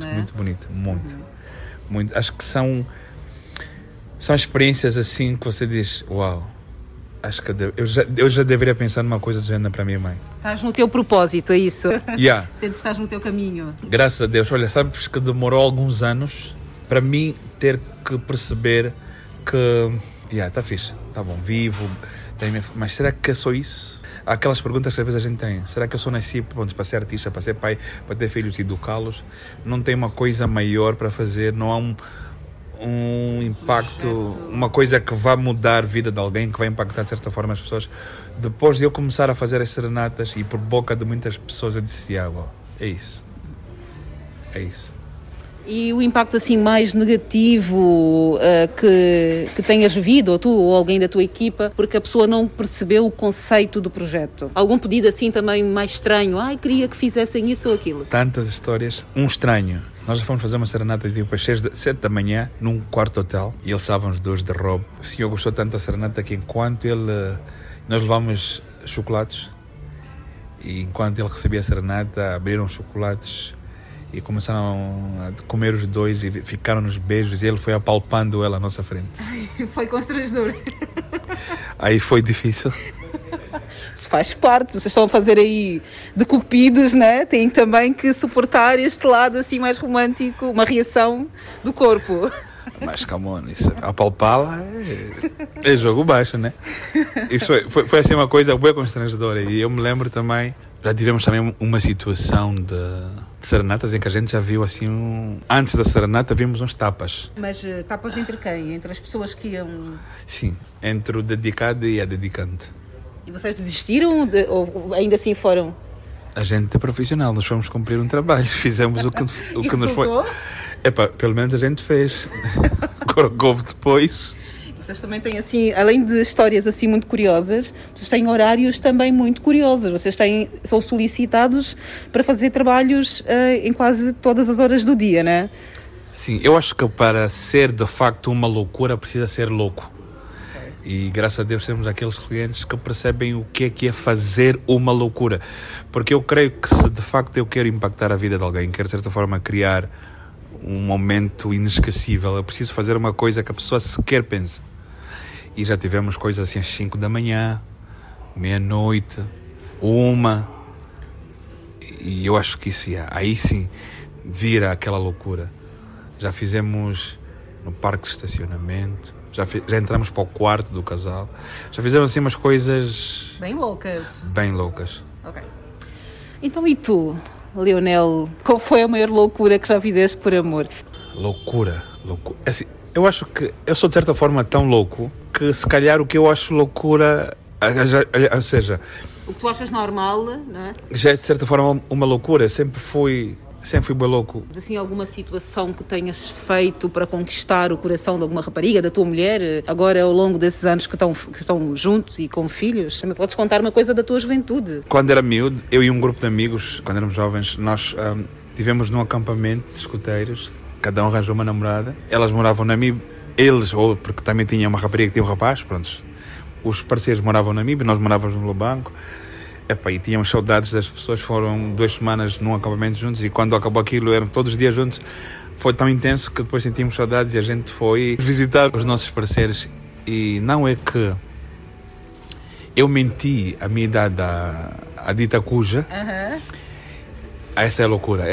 muito. Acho que são experiências assim que você diz, uau, acho que eu já deveria pensar numa coisa do género para a minha mãe. Estás no teu propósito, é isso? Yeah. Sentes que estás no teu caminho. Graças a Deus. Olha, sabes que demorou alguns anos para mim ter que perceber que está fixe, está bom, vivo, mas será que é só isso? Há aquelas perguntas que às vezes a gente tem. Será que eu só nasci para ser artista, para ser pai, para ter filhos e educá-los? Não tem uma coisa maior para fazer, não há um impacto, uma coisa que vai mudar a vida de alguém, que vai impactar de certa forma as pessoas. Depois de eu começar a fazer as serenatas e por boca de muitas pessoas eu disse, é isso. E o impacto assim mais negativo que tenhas vivido, ou tu ou alguém da tua equipa, porque a pessoa não percebeu o conceito do projeto? Algum pedido assim também mais estranho? Queria que fizessem isso ou aquilo? Tantas histórias. Um estranho. Nós já fomos fazer uma serenata tipo às 7 da manhã num quarto hotel e eles estavam os dois de robe. O senhor gostou tanto da serenata que enquanto nós levámos chocolates e enquanto ele recebia a serenata abriram os chocolates e começaram a comer os dois e ficaram nos beijos e ele foi apalpando ela à nossa frente. Foi constrangedor. Aí foi difícil. Isso faz parte, vocês estão a fazer aí de cupidos, né? Têm também que suportar este lado assim mais romântico, uma reação do corpo. Mas calma, isso, apalpá-la é jogo baixo, né? Isso foi assim uma coisa bem constrangedora. E eu me lembro também, já tivemos também uma situação de serenatas em que a gente já viu assim, antes da serenata vimos uns tapas. Mas tapas entre quem? Entre as pessoas que iam... Sim, entre o dedicado e a dedicante. E vocês desistiram ou ainda assim foram? A gente é profissional, nós fomos cumprir um trabalho, fizemos o que nos foi. Pelo menos a gente fez. Houve depois. Vocês também têm assim, além de histórias assim muito curiosas, vocês têm horários também muito curiosos. Vocês são solicitados para fazer trabalhos em quase todas as horas do dia, não é? Sim, eu acho que para ser de facto uma loucura precisa ser louco. E graças a Deus temos aqueles clientes que percebem o que é fazer uma loucura. Porque eu creio que se de facto eu quero impactar a vida de alguém, quero de certa forma criar um momento inesquecível, eu preciso fazer uma coisa que a pessoa sequer pensa. E já tivemos coisas assim às 5 da manhã, meia-noite, 1, E eu acho que isso, aí sim, vira aquela loucura. Já fizemos no parque de estacionamento, já entramos para o quarto do casal, já fizemos assim umas coisas... Bem loucas. Bem loucas. Ok. Então e tu, Leonel, qual foi a maior loucura que já fizeste por amor? Loucura. Assim, eu acho que eu sou de certa forma tão louco que se calhar o que eu acho loucura, ou seja... O que tu achas normal, não é? Já é de certa forma uma loucura, sempre fui bem louco. Assim, alguma situação que tenhas feito para conquistar o coração de alguma rapariga, da tua mulher, agora ao longo desses anos que estão juntos e com filhos? Também podes contar uma coisa da tua juventude. Quando era miúdo, eu e um grupo de amigos, quando éramos jovens, nós estivemos num acampamento de escoteiros, cada um arranjou uma namorada, elas moravam na MIB, ou porque também tinha uma rapariga que tinha um rapaz, pronto. Os parceiros moravam na MIB, nós morávamos no Lobanco. E tínhamos saudades das pessoas. Foram 2 semanas num acampamento juntos e quando acabou aquilo, eram todos os dias juntos. Foi tão intenso que depois sentimos saudades e a gente foi visitar os nossos parceiros. E não é que eu menti a minha idade à dita cuja. Essa é loucura,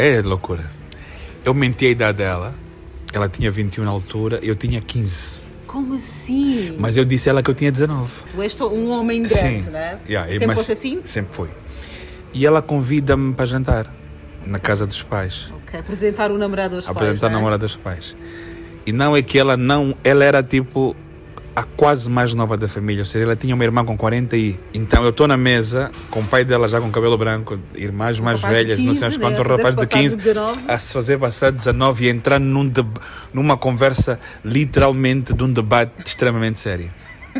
Eu menti a idade dela. Ela tinha 21 na altura, eu tinha 15. Como assim? Mas eu disse a ela que eu tinha 19. Tu és um homem grande, sim, não é? Sempre foste assim? Sempre foi. E ela convida-me para jantar na casa dos pais. Ok, apresentar o namorado aos pais. Apresentar o namorado aos pais. E não é que ela era tipo a quase mais nova da família. Ou seja, ela tinha uma irmã com 40 e... Então eu estou na mesa com o pai dela já com cabelo branco, irmãs mais velhas, 15, não sei quanto, um rapaz de 15 a se fazer passar 19 e entrar numa conversa literalmente de um debate extremamente sério.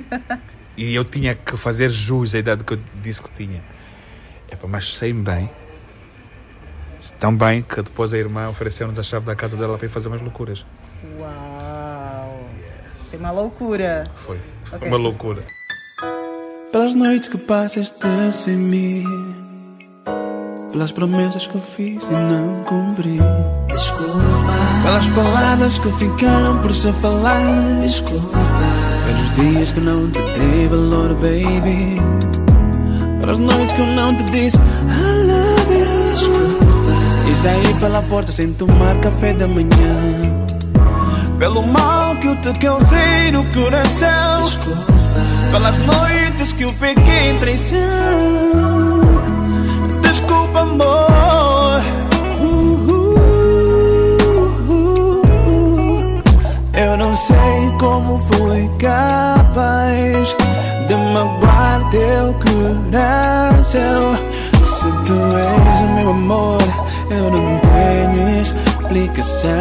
E eu tinha que fazer jus à idade que eu disse que tinha. Mas sei-me bem, tão bem que depois a irmã ofereceu-nos a chave da casa dela para ir fazer umas loucuras. Uau! Yes. É uma loucura. Foi uma loucura. Pelas noites que passaste sem mim, pelas promessas que eu fiz e não cumpri. Desculpa. Pelas palavras que ficaram por se falar. Desculpa. Pelos dias que não te dei valor, baby. Pelas noites que eu não te disse I love you. Desculpa. E saí pela porta sem tomar café da manhã. Pelo mal que eu te causei no coração. Desculpa. Pelas noites que eu peguei em traição. Desculpa, amor. Eu não sei como fui capaz de magoar teu coração. Se tu és o meu amor, eu não tenho explicação.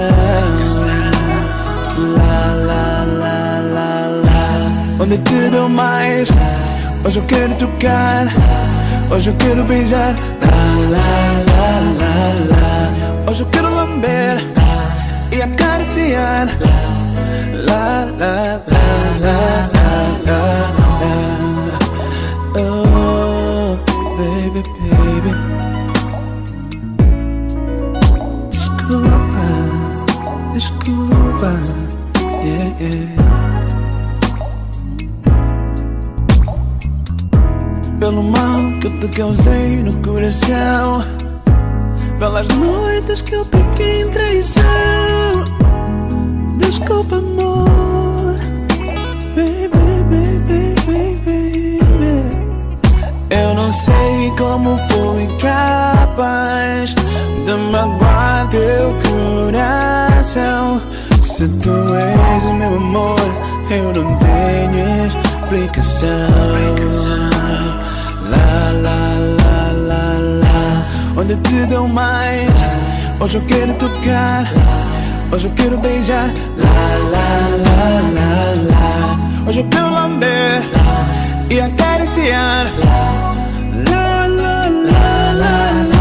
La, la, la, la, la. Onde te dou mais? Hoje eu quero tocar, hoje eu quero beijar. La, la, la, la, la. Hoje eu quero lamber e acariciar. La, la, la, la, la, la. Oh, baby, baby. Desculpa, desculpa, yeah, yeah. Pelo mal que eu te causei no coração, pelas noites que eu pequei em traição. Desculpa, amor, baby, baby, baby, baby. Eu não sei como fui capaz de magoar teu coração. Se tu és o meu amor, eu não tenho explicação. La, la, la, la, la. Onde te dou mais? Hoje eu quero tocar, hoje eu quero beijar. La, la, la, la, la. Hoje eu quero lamber e acariciar. La, la, la, la, la.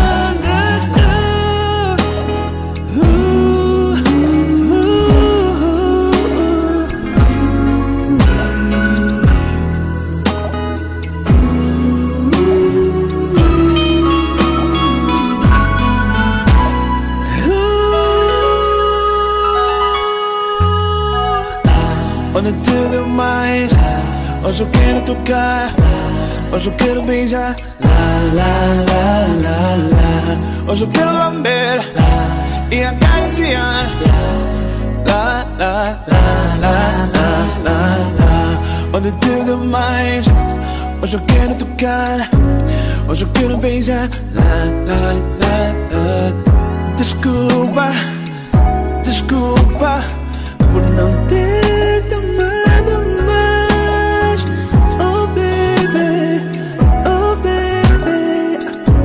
Onde te dou mais? Hoje eu quero tocar, Hoje eu quero beijar, lá, lá, lá, lá, lá. Hoje eu quero lamber, lá, e acariciar, lá, lá, lá, lá, lá, lá, lá. Onde tudo mais. Hoje eu quero tocar, hoje eu quero beijar, lá, lá, lá, lá. Desculpa, desculpa por não ter te amado mais. Oh baby, oh baby.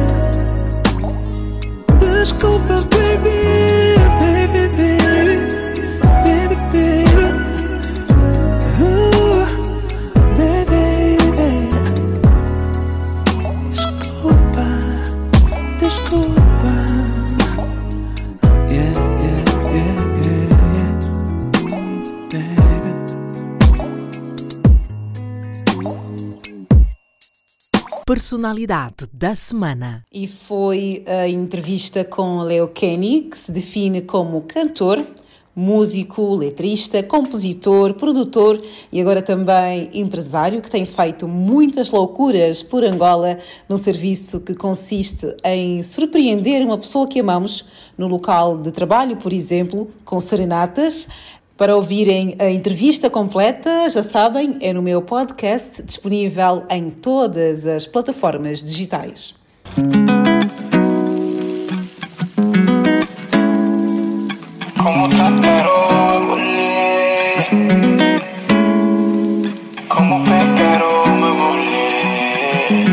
Desculpa baby, baby, baby, baby, baby. Baby, desculpa, desculpa. Yeah, yeah, yeah, yeah, yeah, baby. Personalidade da semana. E foi a entrevista com Leo Kenny, que se define como cantor, músico, letrista, compositor, produtor e agora também empresário, que tem feito muitas loucuras por Angola num serviço que consiste em surpreender uma pessoa que amamos no local de trabalho, por exemplo, com serenatas. Para ouvirem a entrevista completa, já sabem, é no meu podcast, disponível em todas as plataformas digitais. Como tratar uma mulher, como pegar uma mulher.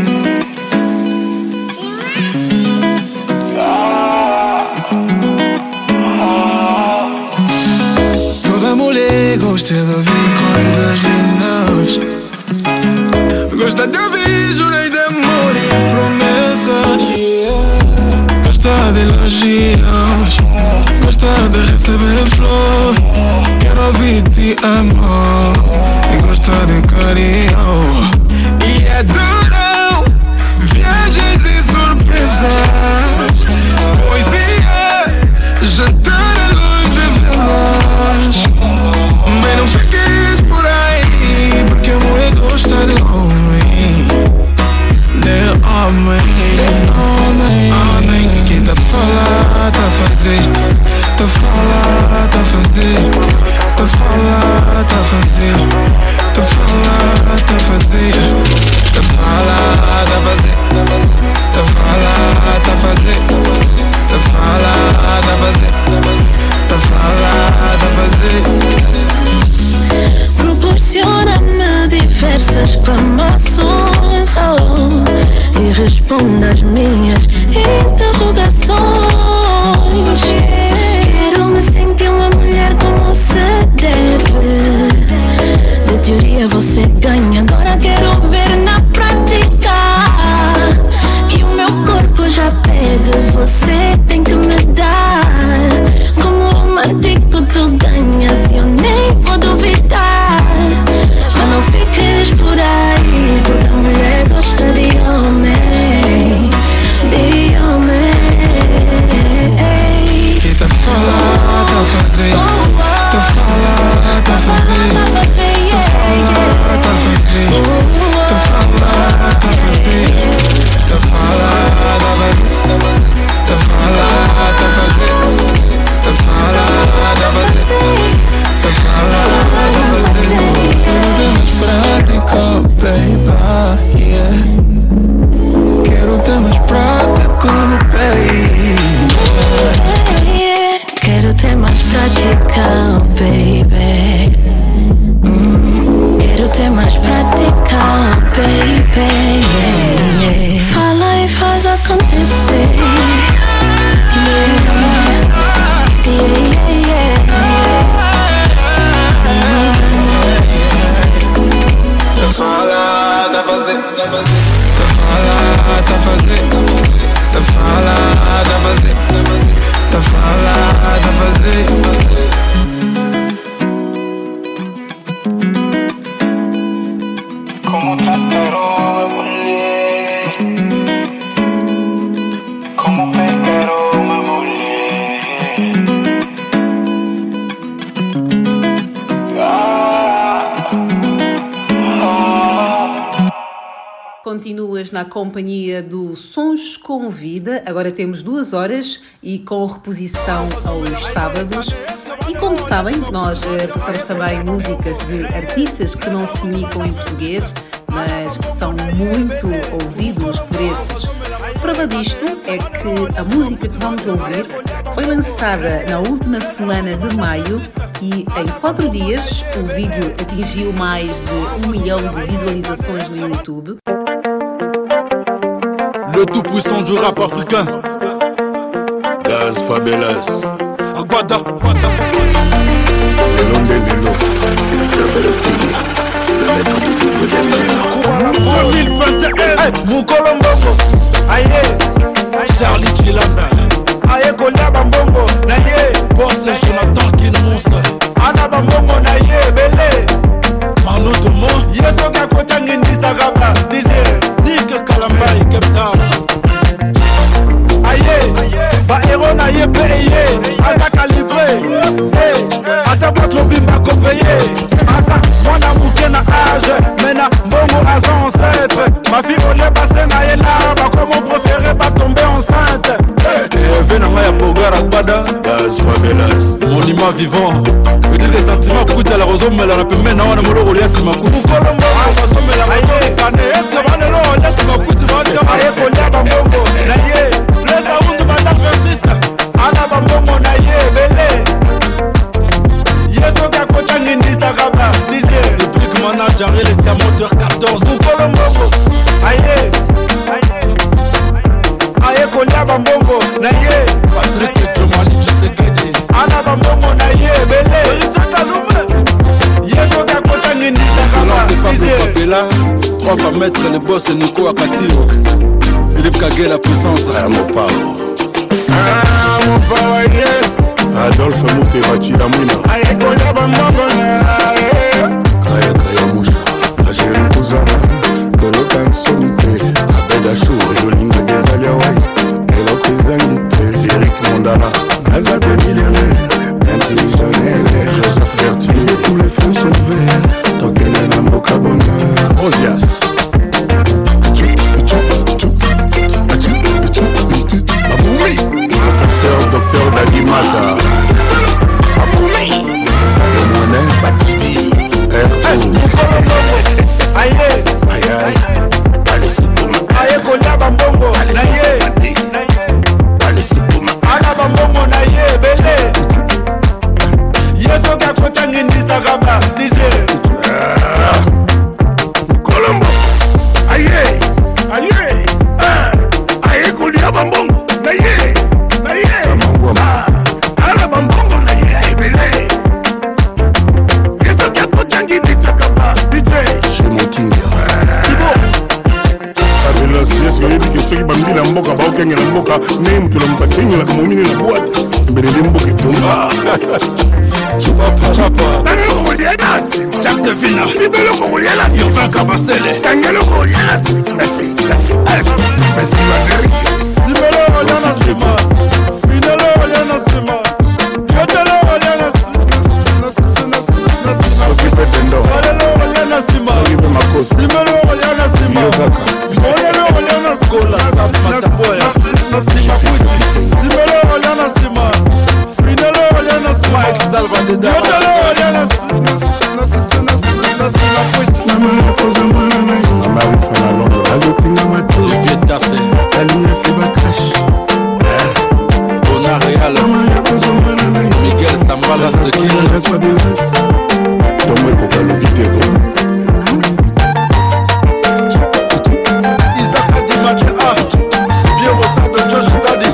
Toda mulher gosta de ouvir coisas lindas, gosta de ouvir juros de amor e promessas. Gosta de elogios, gosta de receber flor. Quero ouvir-te amor e gostar de carinho. E adoram viagens e surpresas, poesia, jantar à luz de velas. Mas não fiques por aí, porque a mulher gosta de homem, de homem, homem que tá falar, tá fazer, tá falar, tá fazer, tá falar, tá fazer, tá falar, tá fazer, tá falar, tá fazer, tá falar, tá fazer, tá falar, tá fazer, tá falar, tá fazer. Proporciona-me diversas exclamações, oh, e responda às minhas interrogações. Quero me sentir uma mulher como se deve. De teoria você ganha, agora quero ver na prática. E o meu corpo já pede, você tem que me dar. Como romântico tu ganhas, eu nem vou duvidar. Mas não fiques por aí, porque a mulher gosta de homem, de homem. Que tá falar, tá fazer, tá falar, tá fazer, tá falar, tá fazer, tá falar, tá fazer, tá falar, tá fazer, tá falar, tá fazer. hoje na companhia do Sons com Vida. Agora temos 2 horas e com reposição aos sábados. E como sabem, nós passamos também músicas de artistas que não se comunicam em português, mas que são muito ouvidos por esses. Prova disto é que a música que vamos ouvir foi lançada na última semana de maio e em 4 dias o vídeo atingiu mais de 1 milhão de visualizações no YouTube. Le tout puissant du rap africain, Gaz Fabelas, Agbada, Lelo, le maître de double des 2021, Mukolo Mbongo, aye, Charlie Chilanda, aye Konyaba Mbongo, naye, Boss Jonathan Kinmoussa, Anaba Mbongo, naye, Bele, Manu Tomo, Yeso Kakotang Indisagaba, DJ, Nick Kalambai, Keptama, aye, Baero naye, Peye, Asa Calibré, Atabot Lobimba Kopeye, Asa, Mwana Moukena âge, Mena Mbongo Asa ancêtre, ma fille au lait passé naye là, comme mon préféré pas tomber enceinte. Venanga ya Bogar Agbada, Gaz Fabelas, monument vivant. Je dis les sentiments coûtent à la rosome, mais la rapide maintenant on a molo rolia si ma coûte. Vous follow moi, mais la rosome cané, c'est pas le nom, laisse ma coûte, va te aye kolia bambongo, naye, place à undu bandar 26, ala bambongo naye, belé. Yeso kakota nindi sagaba, DJ. Depuis que manager il est à moteur 14, vous follow moi, aye. Aye kolia bambongo naye Patrick Jomali Chisekedi Ana bambongo naye bele Itaka lume Yeso kakota ngini sakaba c'est pas pour Papela 3 fois mettre les boss et Nico Akatiro Philippe Kagé la puissance mon power yeah Adolphe Mouté Bachila Mouina Aye kolia bambongo naye Kaya Moucha Ageri Kouzana Koloka Insonité Abeda Chou Yolinga Gezalia Wai Eloko Zangité Eric Mondala Naza de millionnaire Même si j'en ai l'air Joseph Berthier Tous les feux sont verts Tokena Namboka Bonheur Osias Baboumi Professeur Docteur Dadi Mata Baboumi Yomone Batidi Aye Aye Aye kolia bambongo naye Ala bambongo naye bele Yeso kakota ngindi sagaba DJ Colombo Aye Aye Aye kolia bambongo naye Ala bambongo naye bele Yeso kakota ngindi sagaba DJ Shemotinga Est-ce que vous avez dit que ceux qui bambent la mboka, bah ok, la mboka, même tout le monde qui la communauté la boîte, mais les mboka qui tombent. Chapa. Tango Kolianas, Jack de Vina, Sibelo Kolianas, Yovan Kabasele, Kangelo Kolianas, merci. Merci Magari. Sibelo Kolianas, Finelo Kolianas, Yotelo Kolianas, S'occupe de nous. Kolianas, S'occupe de ma cause. Sibelo Kolianas, Olelo Kolianas, Kola, Mataboya, Sibelo Kolianas, Finelo Kolianas, Mike Salva de Dara. Yotelo Kolianas, Mama yakoza mwana na yo. Mama ufana londo. Azotinga matu. Olivier Tassé. Alinga Sebakash. Bona Real. Mama yakoza mwana na yo. Miguel Sambala Stekil. Gaz Fabelas. Tombe kokalo kitego. Isaac Adimaki A. Bien Rosa de Josh Tadi.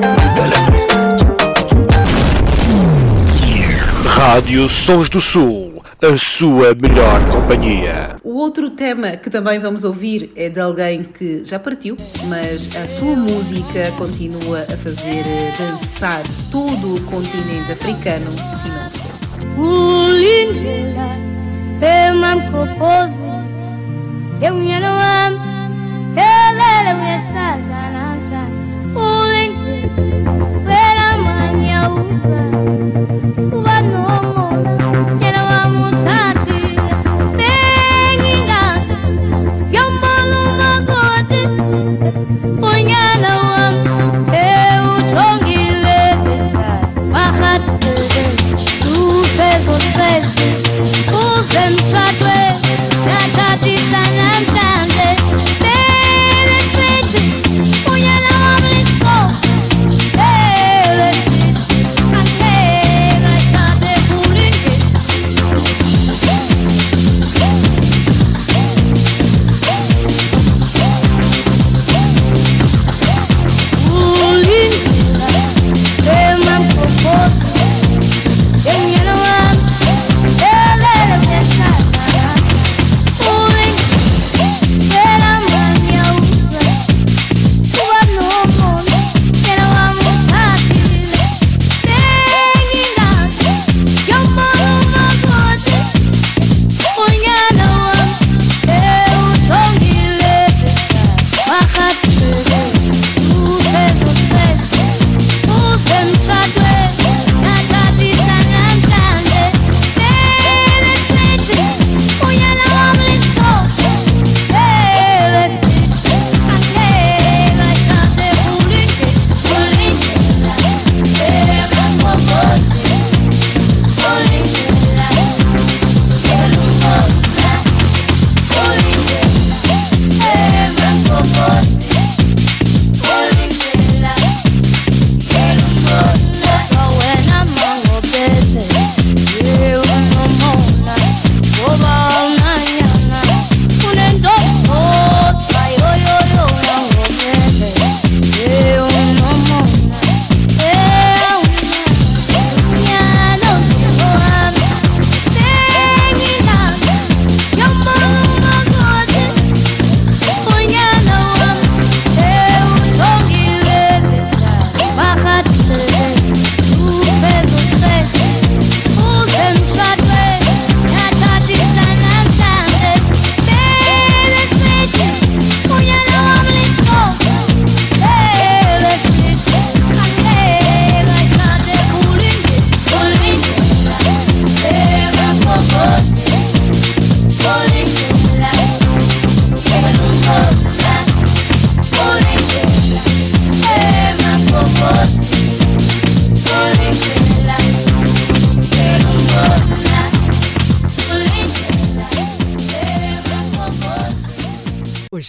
Rádio Sons do Sul, a sua melhor companhia. O outro tema que também vamos ouvir é de alguém que já partiu, mas a sua música continua a fazer dançar todo o continente africano e não só. Ulindlela bemamkopozi Yewnyelo wam Kelele uyashada namsa Ulindlela Bela manya uza Subanomona Yela wamutati Benginga Yombolu magoti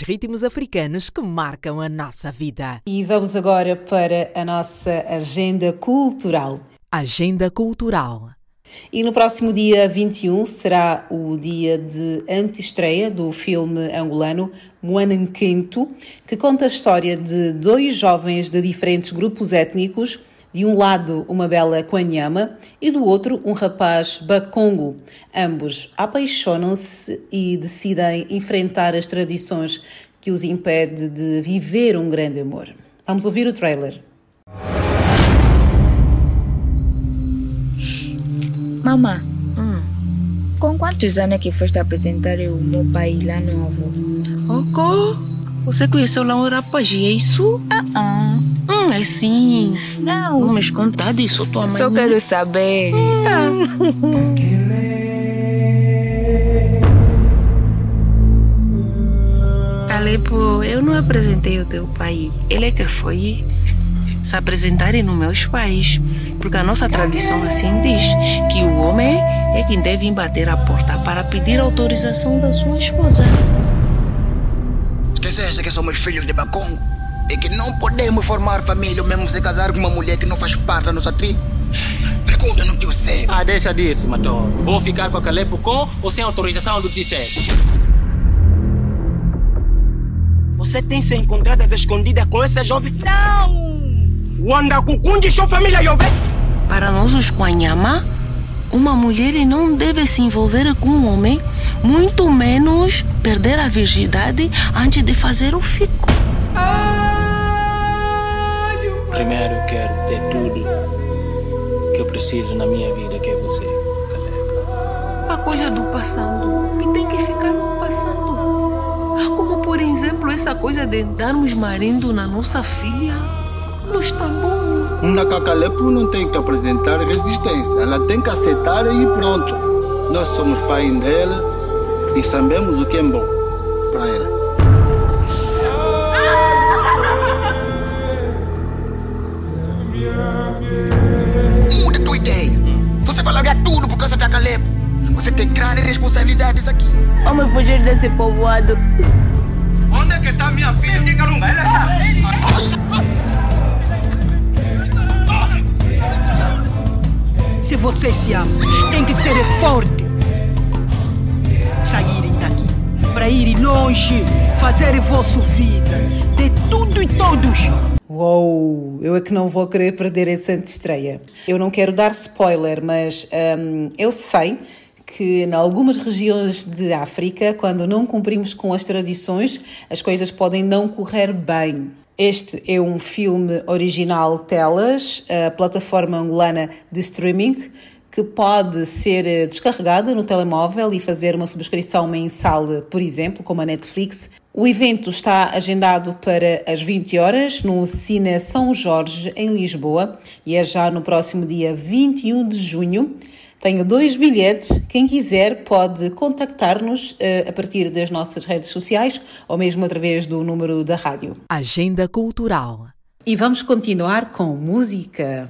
ritmos africanos que marcam a nossa vida. E vamos agora para a nossa agenda cultural. Agenda cultural. E no próximo dia 21 será o dia de antestreia do filme angolano Moananquento, que conta a história de dois jovens de diferentes grupos étnicos, de um lado uma bela Kwanyama e do outro um rapaz Bakongo. Ambos apaixonam-se e decidem enfrentar as tradições que os impede de viver um grande amor. Vamos ouvir o trailer. Mamá, com quantos anos é que foste apresentar o meu pai lá no avô? Oco, você conheceu lá um rapaz, é isso? É sim. Não me conta disso, tua mãe. Só quero saber. Alepo, eu não apresentei o teu pai. Ele é que foi se apresentar nos meus pais. Porque a nossa tradição assim diz que o homem é quem deve bater a porta para pedir autorização da sua esposa. Esqueceste que somos filhos de Bakongo e que não podemos formar família ou mesmo se casar com uma mulher que não faz parte da nossa tribo? Pergunta no que eu sei. Deixa disso, Mator. Vou ficar com a Calepo com ou sem autorização do Tissé? Você tem se encontrado às escondidas com essa jovem? Não! Wanda Kukundi, sua família, jovem? Para nós, os Kwanyama, uma mulher não deve se envolver com um homem, muito menos perder a virgindade antes de fazer o fico. Primeiro eu quero ter tudo que eu preciso na minha vida, que é você, Calepo. A coisa do passado, que tem que ficar no passado. Como, por exemplo, essa coisa de darmos marido na nossa filha. Não está bom. Na Cacalepo não tem que apresentar resistência. Ela tem que aceitar e pronto. Nós somos pai dela e sabemos o que é bom para ela. Muda tua ideia. Você vai largar tudo por causa da Calepo. Você tem grandes responsabilidades aqui. Vamos fugir desse povoado. Onde é que está minha filha? Diga não vai deixar. Se vocês se amam, tem que ser forte. Saírem daqui, para irem longe, fazerem vossa vida, de tudo e todos. Uou, eu é que não vou querer perder essa antestreia. Eu não quero dar spoiler, mas eu sei que em algumas regiões de África, quando não cumprimos com as tradições, as coisas podem não correr bem. Este é um filme original Telas, a plataforma angolana de streaming, que pode ser descarregada no telemóvel e fazer uma subscrição mensal, por exemplo, como a Netflix. O evento está agendado para as 20 horas no Cine São Jorge, em Lisboa, e é já no próximo dia 21 de junho. Tenho 2 bilhetes. Quem quiser pode contactar-nos a partir das nossas redes sociais ou mesmo através do número da rádio. Agenda cultural. E vamos continuar com música.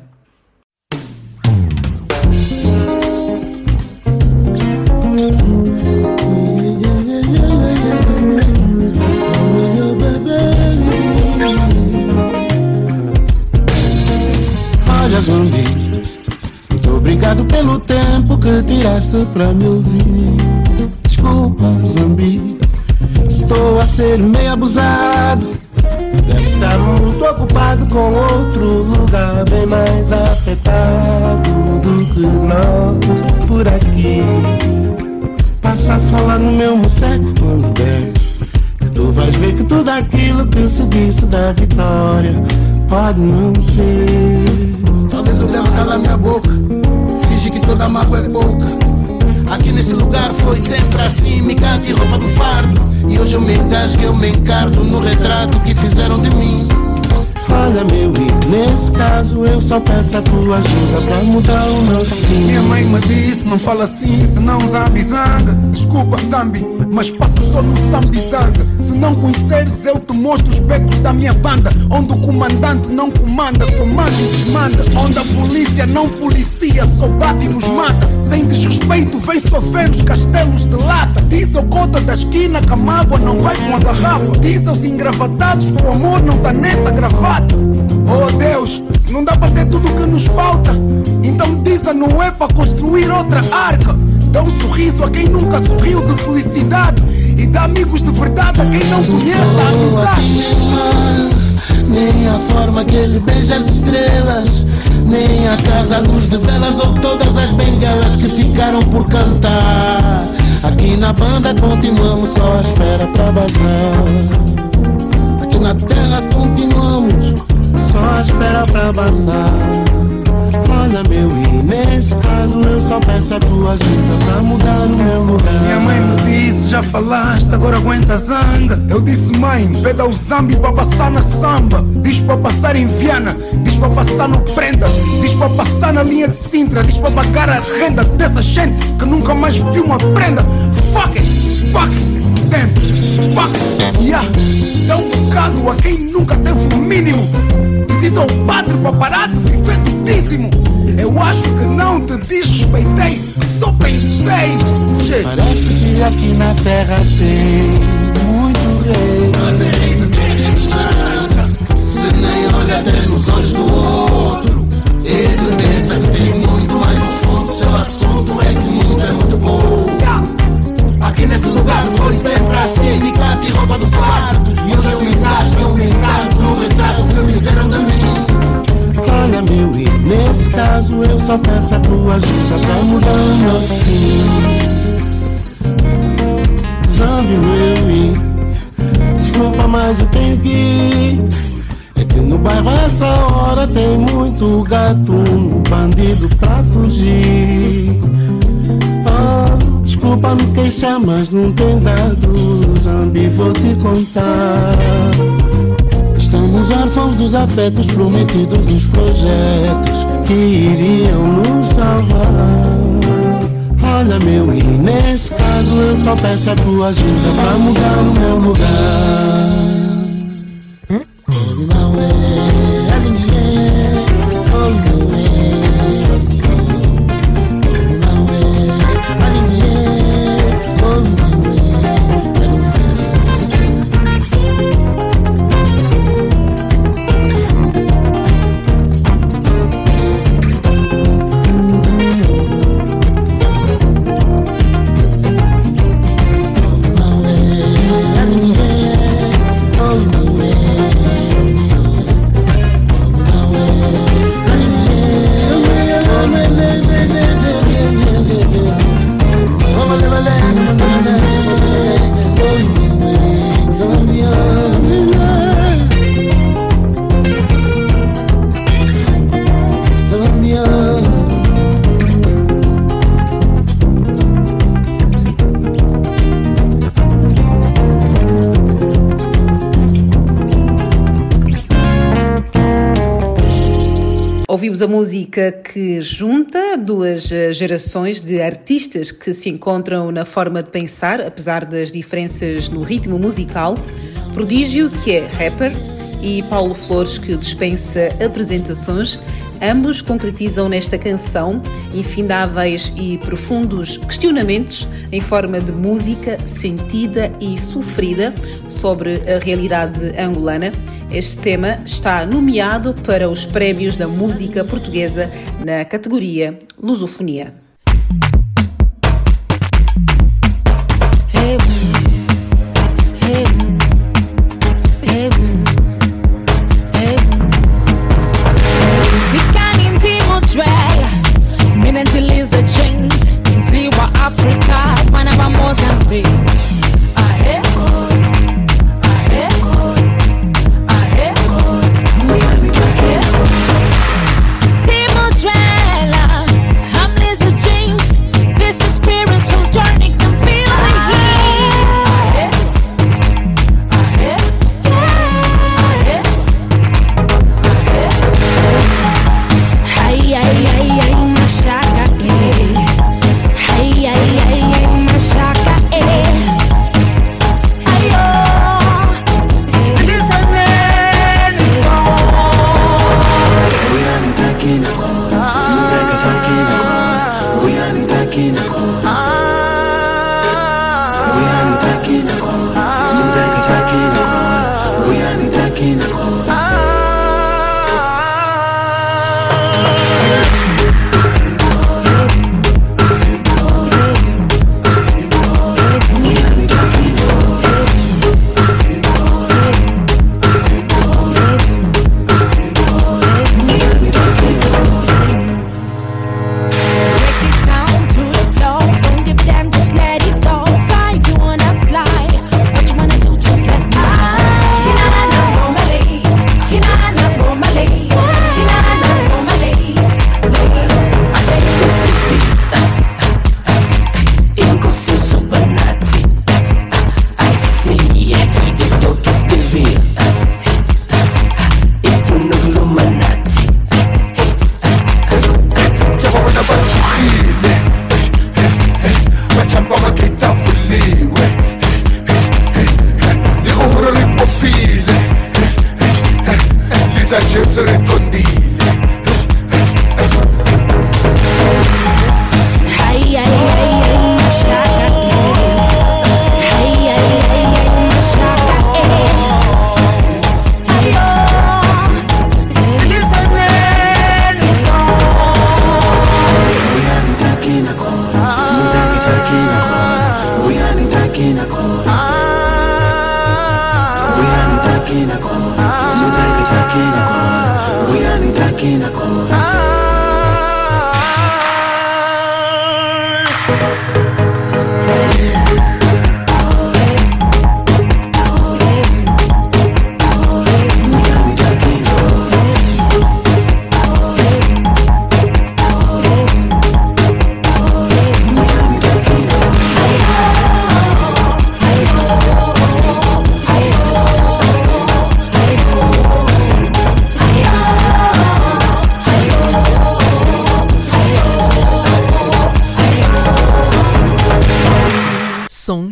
Olha, zumbi, obrigado pelo tempo que tiraste para me ouvir. Desculpa, zumbi, estou a ser meio abusado. Deve estar muito ocupado com outro lugar bem mais afetado do que nós por aqui. Passa só lá no meu musseco quando der, que tu vais ver que tudo aquilo que se disse da vitória pode não ser. Talvez eu deva calar minha boca, finge que toda mágoa é pouca. Aqui nesse lugar foi sempre assim, me cante roupa do fardo. E hoje eu me engasgo, eu me encardo no retrato que fizeram de mim. Olha meu nesse caso eu só peço a tua ajuda pra mudar o meu fim. Minha mãe me disse, não fala assim, senão Zambi zanga. Desculpa Zambi, mas passa só no Zambi zanga. Se não conheceres eu te mostro os becos da minha banda, onde o comandante não comanda, só manda e desmanda. Onde a polícia não policia, só bate e nos mata. Sem desrespeito vem sofrer os castelos de lata. Diz ao cota da esquina que a mágoa não vai com a garrafa. Diz aos engravatados que o amor não tá nessa gravata. Oh Deus, se não dá para ter tudo o que nos falta, então diz a Noé para construir outra arca. Dá um sorriso a quem nunca sorriu de felicidade e dá amigos de verdade a quem não conhece a amizade. Nem a forma que ele beija as estrelas, nem a casa à luz de velas ou todas as bengalas que ficaram por cantar. Aqui na banda continuamos só à espera pra bazar. Aqui na terra continuamos só à espera pra bazar. Olha meu, e nesse caso eu só peço a tua ajuda pra mudar o meu lugar. Minha mãe me disse, já falaste, agora aguenta a zanga. Eu disse, mãe, pede ao Zambi pra passar na samba. Diz pra passar em Viana, diz pra passar no Prenda, diz pra passar na linha de Sintra, diz pra pagar a renda dessa gente que nunca mais viu uma prenda. Fuck it, damn, fuck it, yeah. Dá um bocado a quem nunca teve o mínimo e diz ao padre pra parar de viver do dízimo. Eu acho que não te desrespeitei, só pensei. Parece que aqui na terra tem muito rei, mas é rei de terra e nada. Se nem olha até nos olhos do outro, ele pensa que tem muito, mas no fundo seu assunto é que o mundo é muito bom. Aqui nesse lugar foi sempre assim, me cata e roupa do fardo. E hoje eu me encargo no retrato que fizeram de mim. Olha meu, e nesse caso eu só peço a tua ajuda pra mudar o meu fim. Zambi meu, e desculpa mas eu tenho que ir. É que no bairro essa hora tem muito gato, bandido pra fugir. Oh, desculpa me queixar, mas não tem dado. Zambi, vou te contar. Estamos órfãos dos afetos prometidos nos projetos que iriam nos salvar. Olha meu, e nesse caso eu só peço a tua ajuda pra mudar o meu lugar. Ouvimos a música que junta duas gerações de artistas que se encontram na forma de pensar, apesar das diferenças no ritmo musical. Prodígio, que é rapper, e Paulo Flores, que dispensa apresentações. Ambos concretizam nesta canção infindáveis e profundos questionamentos em forma de música sentida e sofrida sobre a realidade angolana. Este tema está nomeado para os prémios da música portuguesa na categoria Lusofonia.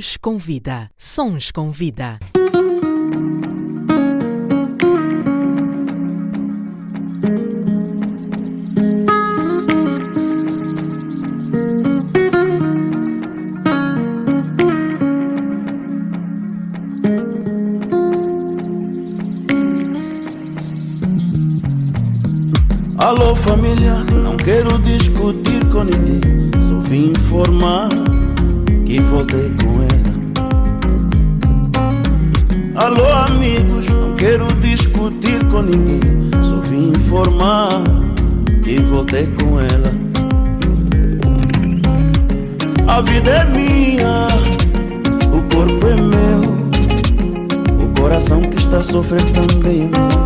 Sons com vida. Sons com vida. Alô família, não quero discutir com ninguém, só vim informar que voltei com ela. Alô amigos, não quero discutir com ninguém, só vim informar que voltei com ela. A vida é minha, o corpo é meu, o coração que está a sofrer também é meu.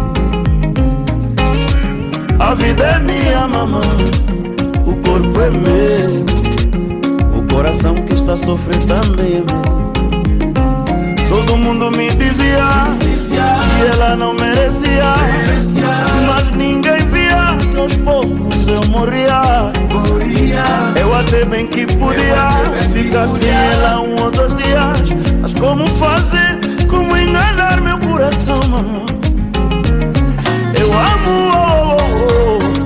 A vida é minha, mamãe, o corpo é meu, o coração que está a sofrer também é meu. Todo mundo me dizia que ela não merecia, mas ninguém via que aos poucos eu morria. Eu até bem que podia ficar sem ela 1 ou 2 dias, mas como fazer, como enganar meu coração, mamãe? Eu amo, oh, oh, oh.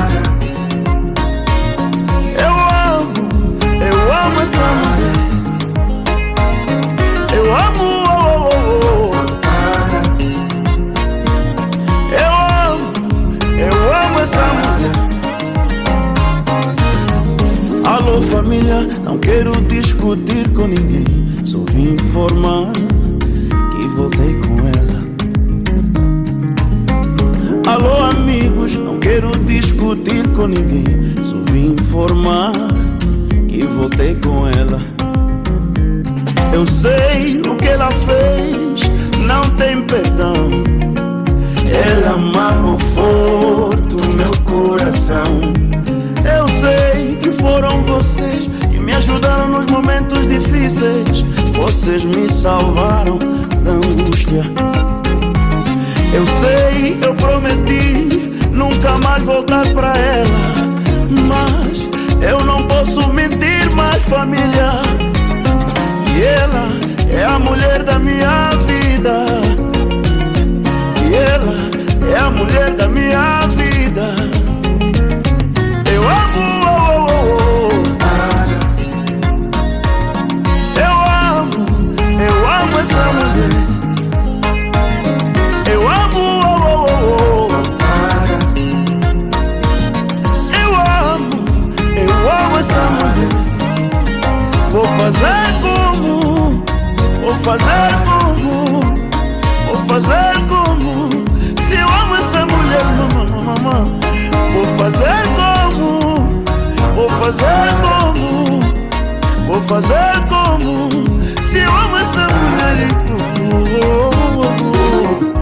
Eu amo essa mulher. Eu amo, oh, oh, oh. Eu amo essa mulher. Alô família, não quero discutir com ninguém, só vim informar que voltei com ela. Alô amigos, não quero discutir com ninguém, só vim informar que voltei com ela. Eu sei o que ela fez, não tem perdão. Ela amarrou forte o meu coração. Eu sei que foram vocês que me ajudaram nos momentos difíceis. Vocês me salvaram da angústia. Eu sei, eu prometi nunca mais voltar pra ela, mas eu não posso mentir mais, família. E ela é a mulher da minha vida. E ela é a mulher da minha vida. Eu amo, oh, oh, oh. Eu amo essa mulher. Eu amo, oh, oh, oh. Eu amo essa mulher. Vou fazer como, vou fazer como, vou fazer como. Se eu amo essa mulher, mamãe, vou fazer como, vou fazer como, vou fazer como. Se eu amo essa mulher, oh, oh, oh, oh.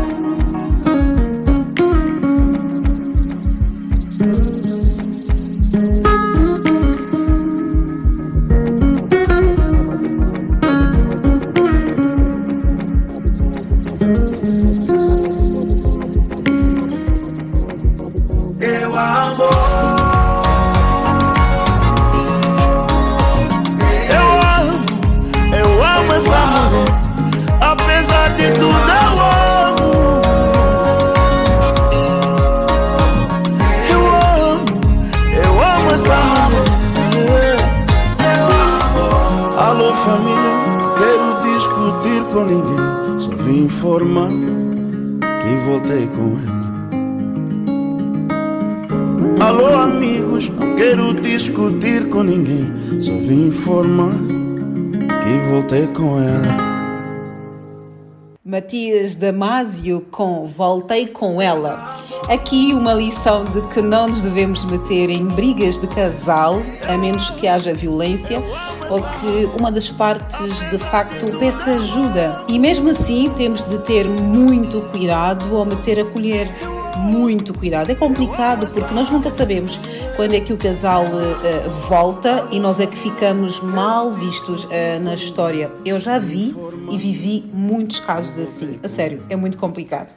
Informar que voltei com ela. Alô amigos, não quero discutir com ninguém, só vim informar que voltei com ela. Matias Damasio com Voltei com Ela. Aqui uma lição de que não nos devemos meter em brigas de casal, a menos que haja violência ou que uma das partes de facto peça ajuda. E mesmo assim temos de ter muito cuidado ao meter a colher. Muito cuidado. É complicado porque nós nunca sabemos quando é que o casal volta e nós é que ficamos mal vistos na história. Eu já vi e vivi muitos casos assim. A sério, é muito complicado.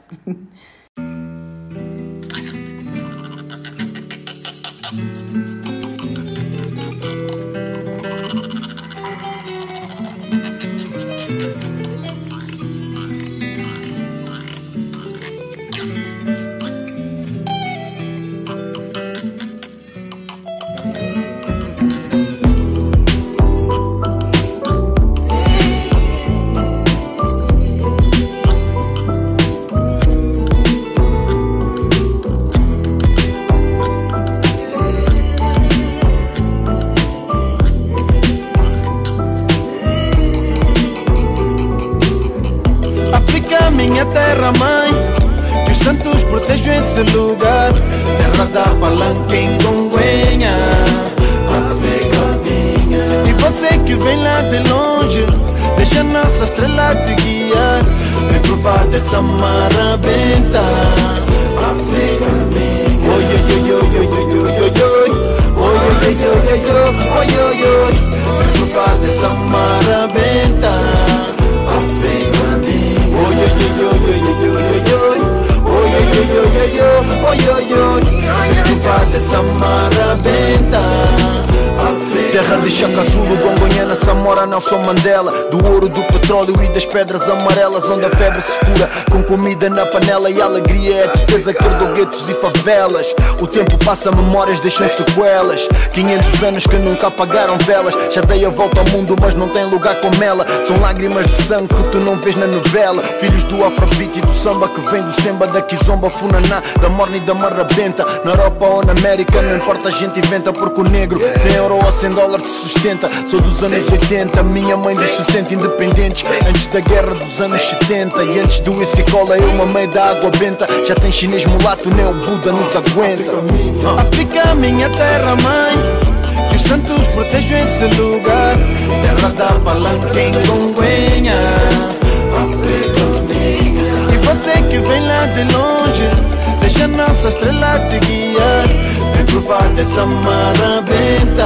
esse lugar. Terra da palanca em Gonguenha, África minha. E você que vem lá de longe, deixa nossa estrela te guiar. Vem provar dessa mara benta, África minha. Oi, oi, oi, oi, oi, oi, oi, oi. Oi, oi, oi, oi, oi, oi, oi. Vem provar dessa mara benta, África minha. Oi, oi, oi, oi, oi, oi, oi. Oi, oi, oi, oi, oi, oi, oi. Vem provar dessa mara benta, terra de Chaka Zulu, Gongonhana, Samora, Nelson Mandela. Do ouro, do petróleo e das pedras amarelas, onde a febre se cura com comida na panela. E a alegria é a tristeza que herdou guetos e favelas. O tempo passa, memórias deixam sequelas. 500 anos que nunca apagaram velas. Já dei a volta ao mundo, mas não tem lugar como ela. São lágrimas de sangue que tu não vês na novela. Filhos do afrobeat e do samba, que vem do semba, da kizomba, funaná, da morna e da marrabenta. Na Europa ou na América, não importa, a gente inventa. Porque o negro, 100 € ou 100 dólares se sustenta. Sou dos anos 80, minha mãe diz se sente independentes. Antes da guerra dos anos 70 e antes do whisky cola, eu mamei da água benta. Já tem chinês mulato, nem o Buda nos aguenta. África, minha terra mãe, que os santos protejam esse lugar. Terra da palanca em Gonguenha, África minha. E você que vem lá de longe, deixa nossa estrela te guiar. Vem provar dessa mara benta,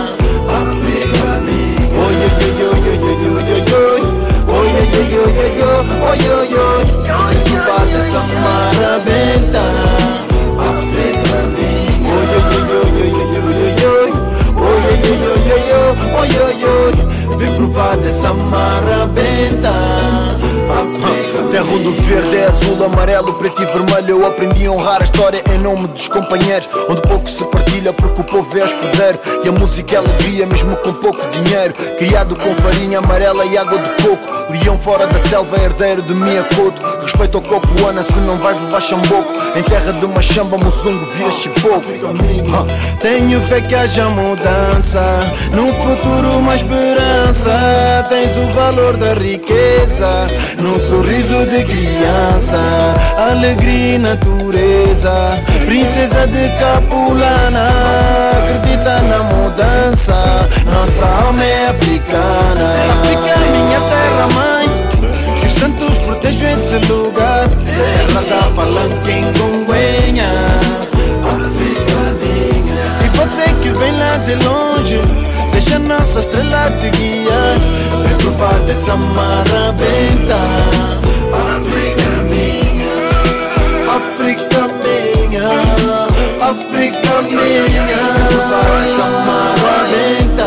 África minha. Oi, oi, oi, oi, oi, oi, oi, oi. Oi, oi, oi, oi, oi, oi, oi. Vem provar dessa mara benta, África minha. Oi, oi, oi, oi, oi, oi, oi. Oi, oi, oi, oi, oi, oi, oi. Vem provar dessa mara benta, África. Terra onde o verde é azul, amarelo, preto e vermelho. Eu aprendi a honrar a história em nome dos companheiros. Onde pouco se partilha porque o povo é hospedeiro. E a música é alegria mesmo com pouco dinheiro. Criado com farinha amarela e água de coco. Leão fora da selva, herdeiro de Miyakoto. Respeito ao coco, Ana, se não vais levar chamboco. Em terra de Machamba, Muzungo, vira chipoco. Tenho fé que haja mudança, num futuro uma esperança. Tens o valor da riqueza, num sorriso de criança. Alegria e natureza, princesa de Capulana. Acredita na mudança, nossa alma é africana. África é minha terra mãe, que os santos protejam esse lugar. Terra da palanca em Gonguenha, África minha. E você que vem lá de longe, deixa nossa estrela te guiar. Vem provar dessa mara benta, África minha. África minha, África minha. Vem provar dessa mara benta,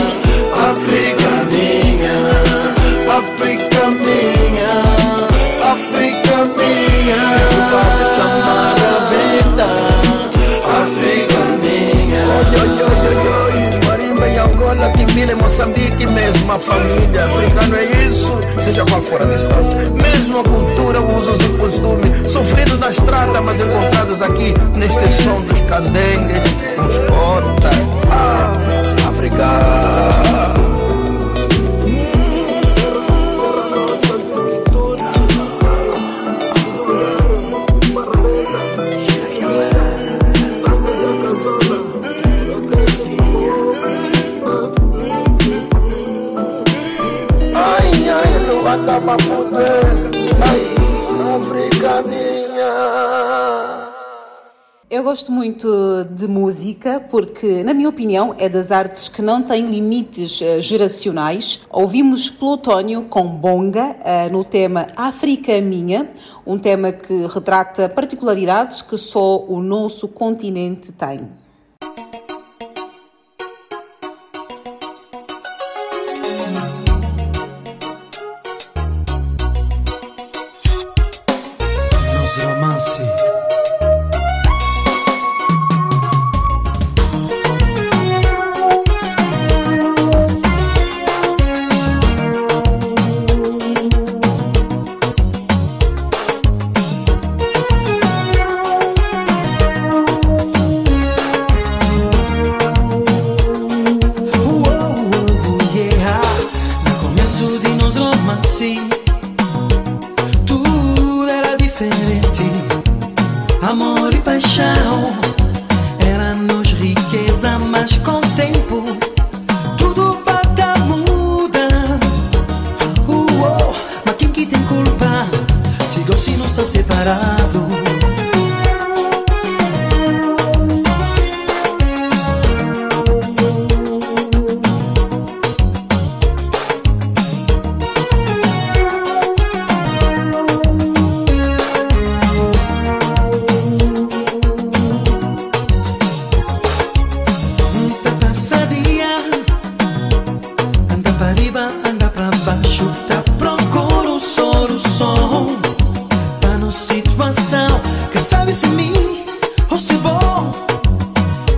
África minha. África minha, África minha. Vem provar dessa mara benta, África minha. Oi, oi, oi, oi. Marimba em Angola, Timbira, Moçambique, mesma família. Africano é isso, seja qual for a distância. Mesma cultura, usos e costumes. Sofridos na estrada, mas encontrados aqui neste som dos candengues, nos corta. África. África minha. Eu gosto muito de música porque, na minha opinião, é das artes que não têm limites geracionais. Ouvimos Plutónio com Bonga no tema África Minha, um tema que retrata particularidades que só o nosso continente tem.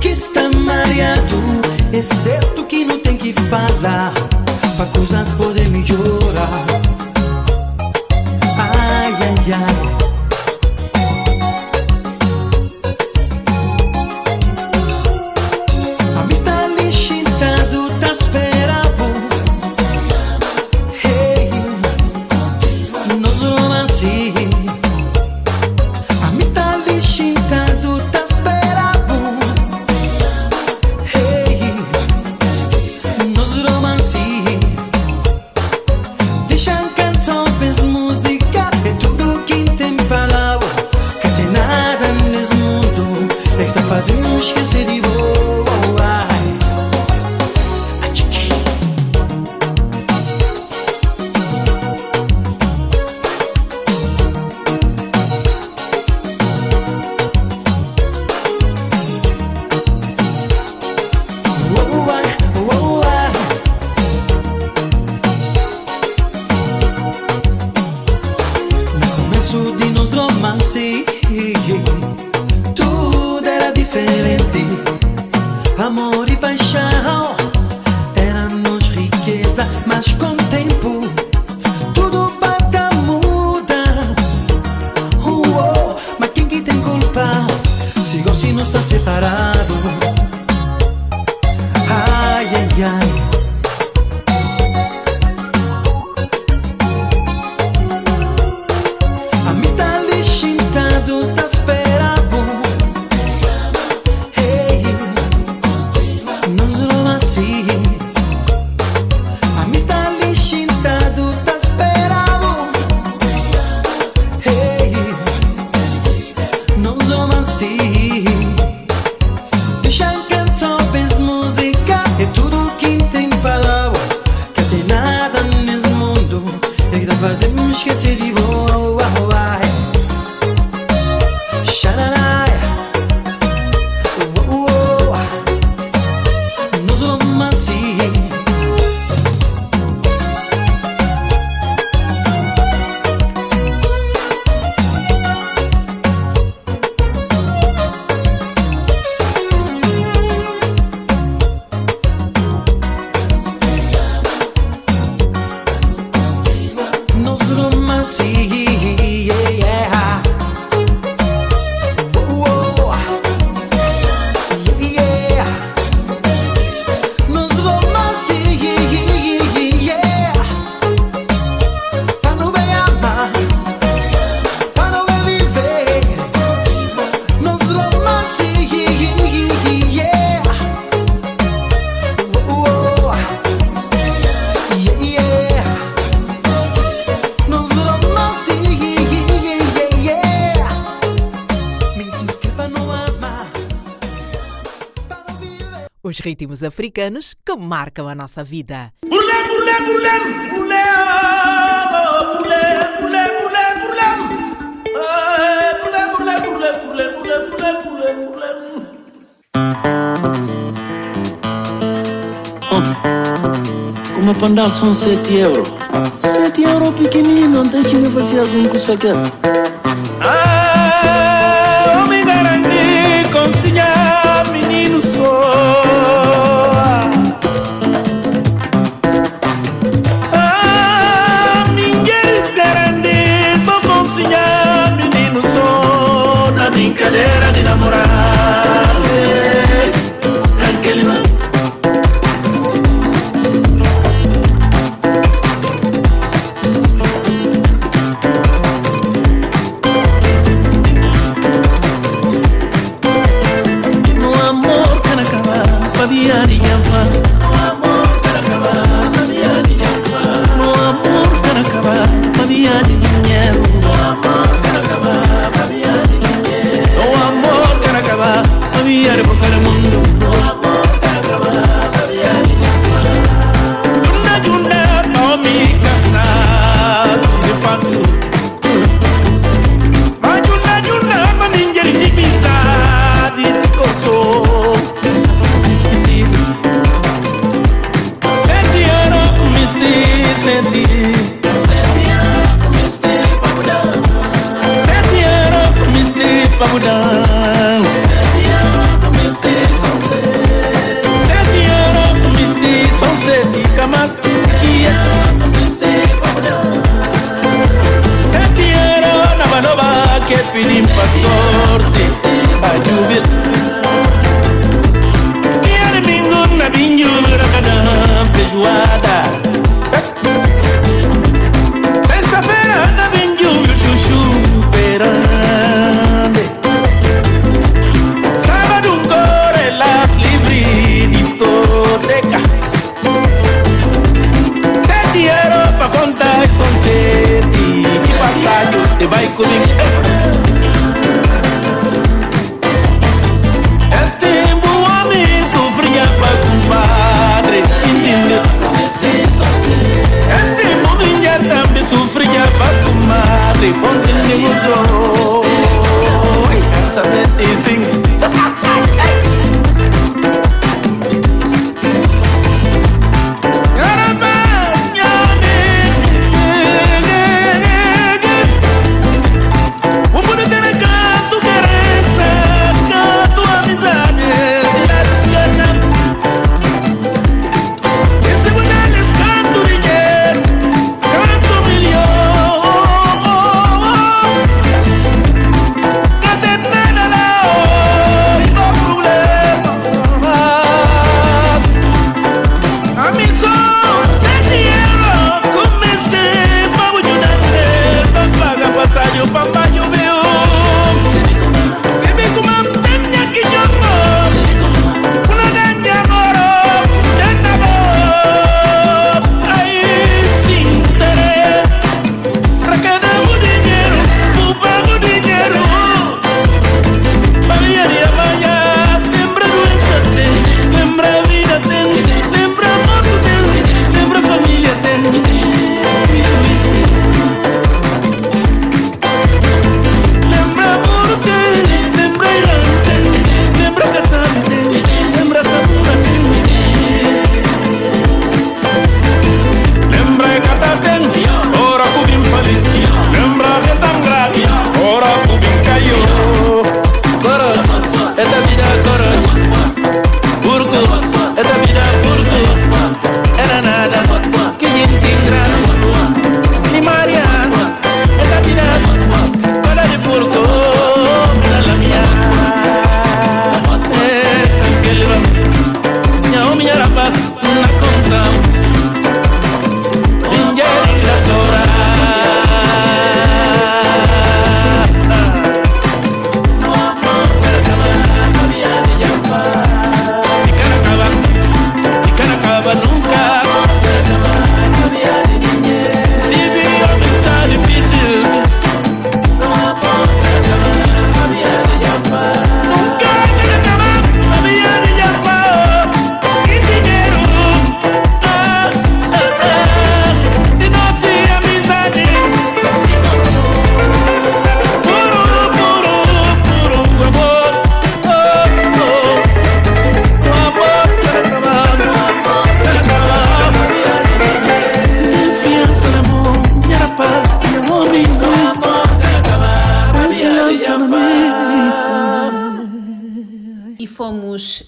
que está mareado. É certo que não tem que falar para coisas poder melhorar. Ai, ai, ai. Os ritmos africanos que marcam a nossa vida. Como para dar são 7 euros. 7 euros pequenino, não tem que fazer algum curso aqui. Ah, me garanti consignar menino só. Ah, mulheres garantis vou consignar menino só. Na brincadeira de namorar. Aquele não.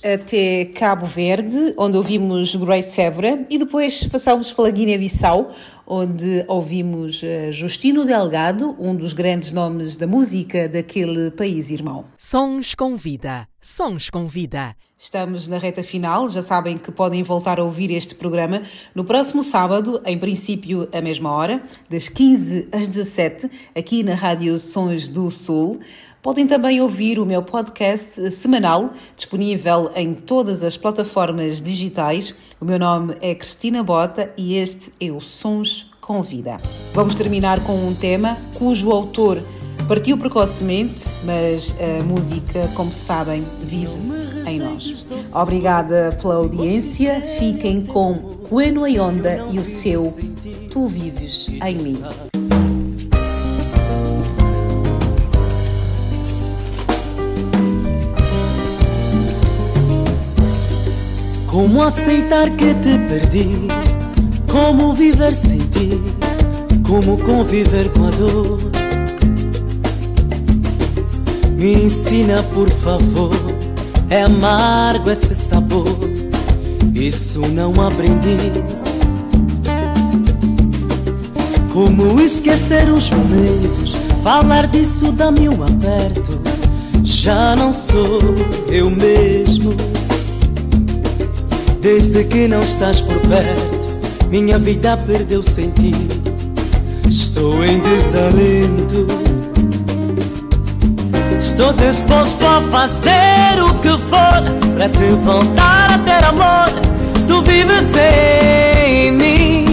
até Cabo Verde, onde ouvimos Grace Évora, e depois passámos pela Guiné-Bissau, onde ouvimos Justino Delgado, um dos grandes nomes da música daquele país irmão. Sons com vida, sons com vida. Estamos na reta final, já sabem que podem voltar a ouvir este programa no próximo sábado, em princípio à mesma hora, das 15 às 17, aqui na Rádio Sons do Sul. Podem também ouvir o meu podcast semanal, disponível em todas as plataformas digitais. O meu nome é Cristina Bota e este é o Sons com Vida. Vamos terminar com um tema cujo autor partiu precocemente, mas a música, como sabem, vive em nós. Obrigada pela audiência. Fiquem com Bueno Ayonda e o seu Tu Vives em Mim. Como aceitar que te perdi? Como viver sem ti? Como conviver com a dor? Me ensina, por favor. É amargo esse sabor. Isso não aprendi. Como esquecer os momentos? Falar disso dá-me um aperto. Já não sou eu mesmo. Desde que não estás por perto, minha vida perdeu sentido. Estou em desalento. Estou disposto a fazer o que for para te voltar a ter amor. Tu vives em mim.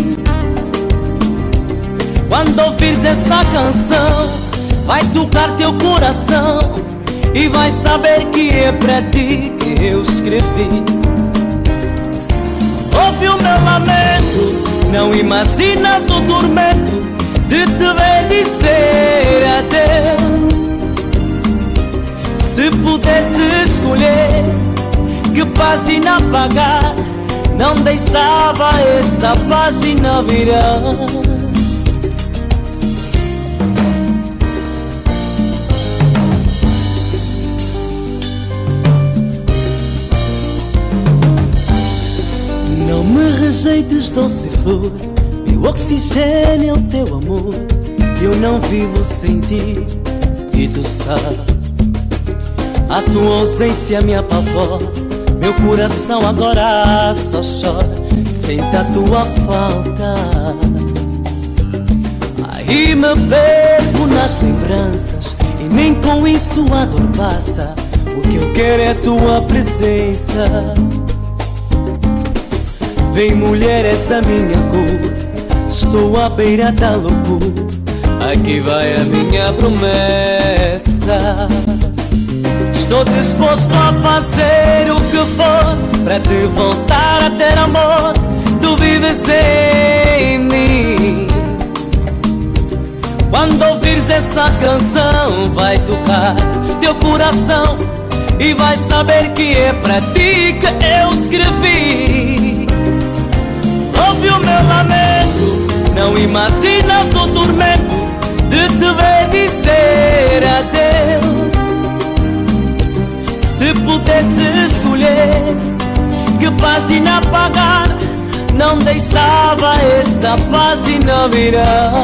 Quando ouvires essa canção, vai tocar teu coração e vai saber que é para ti que eu escrevi. Ouve o meu lamento, não imaginas o tormento de te ver dizer adeus. Se pudesse escolher que página apagar, não deixava esta página virar. Não me rejeites, doce flor. Meu oxigênio é o teu amor. Eu não vivo sem ti e tu sabes. A tua ausência me apavora. Meu coração agora só chora. Sente a tua falta. Aí me perco nas lembranças e nem com isso a dor passa. O que eu quero é tua presença. Vem, mulher, essa minha cor. Estou à beira da loucura. Aqui vai a minha promessa. Estou disposto a fazer o que for para te voltar a ter amor. Tu vives em mim. Quando ouvires essa canção, vai tocar teu coração e vai saber que é para ti que eu escrevi. Ouve o meu lamento, não imaginas o tormento de te ver dizer adeus. Se pudesse escolher que página apagar, não deixava esta página virar.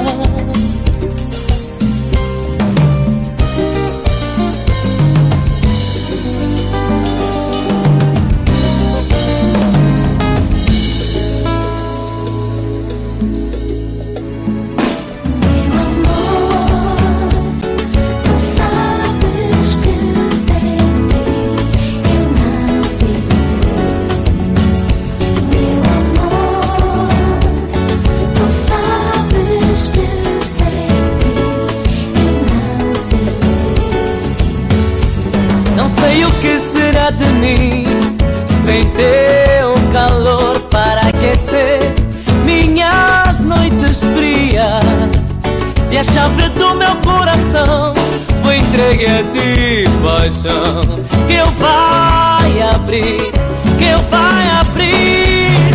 De mim, sem teu calor para aquecer minhas noites frias. Se a chave do meu coração foi entregue a ti, paixão, que eu vai abrir, que eu vai abrir.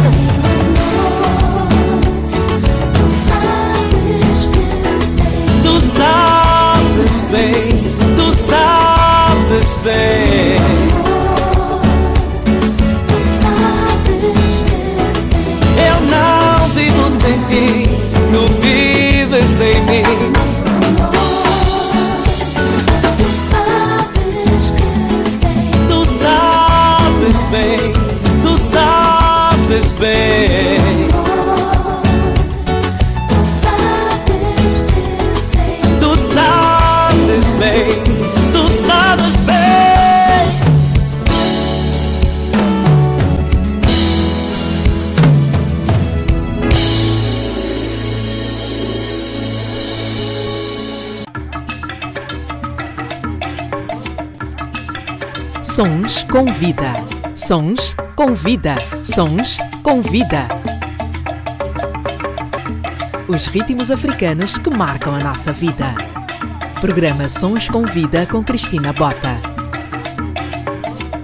Tu sabes que sei. Tu sabes bem, tu sabes bem. bem, tu sabes bem. Tu sabes bem, tu sabes bem. Sons com vida. Sons com vida. Sons com vida. Os ritmos africanos que marcam a nossa vida. Programa Sons com Vida com Cristina Bota.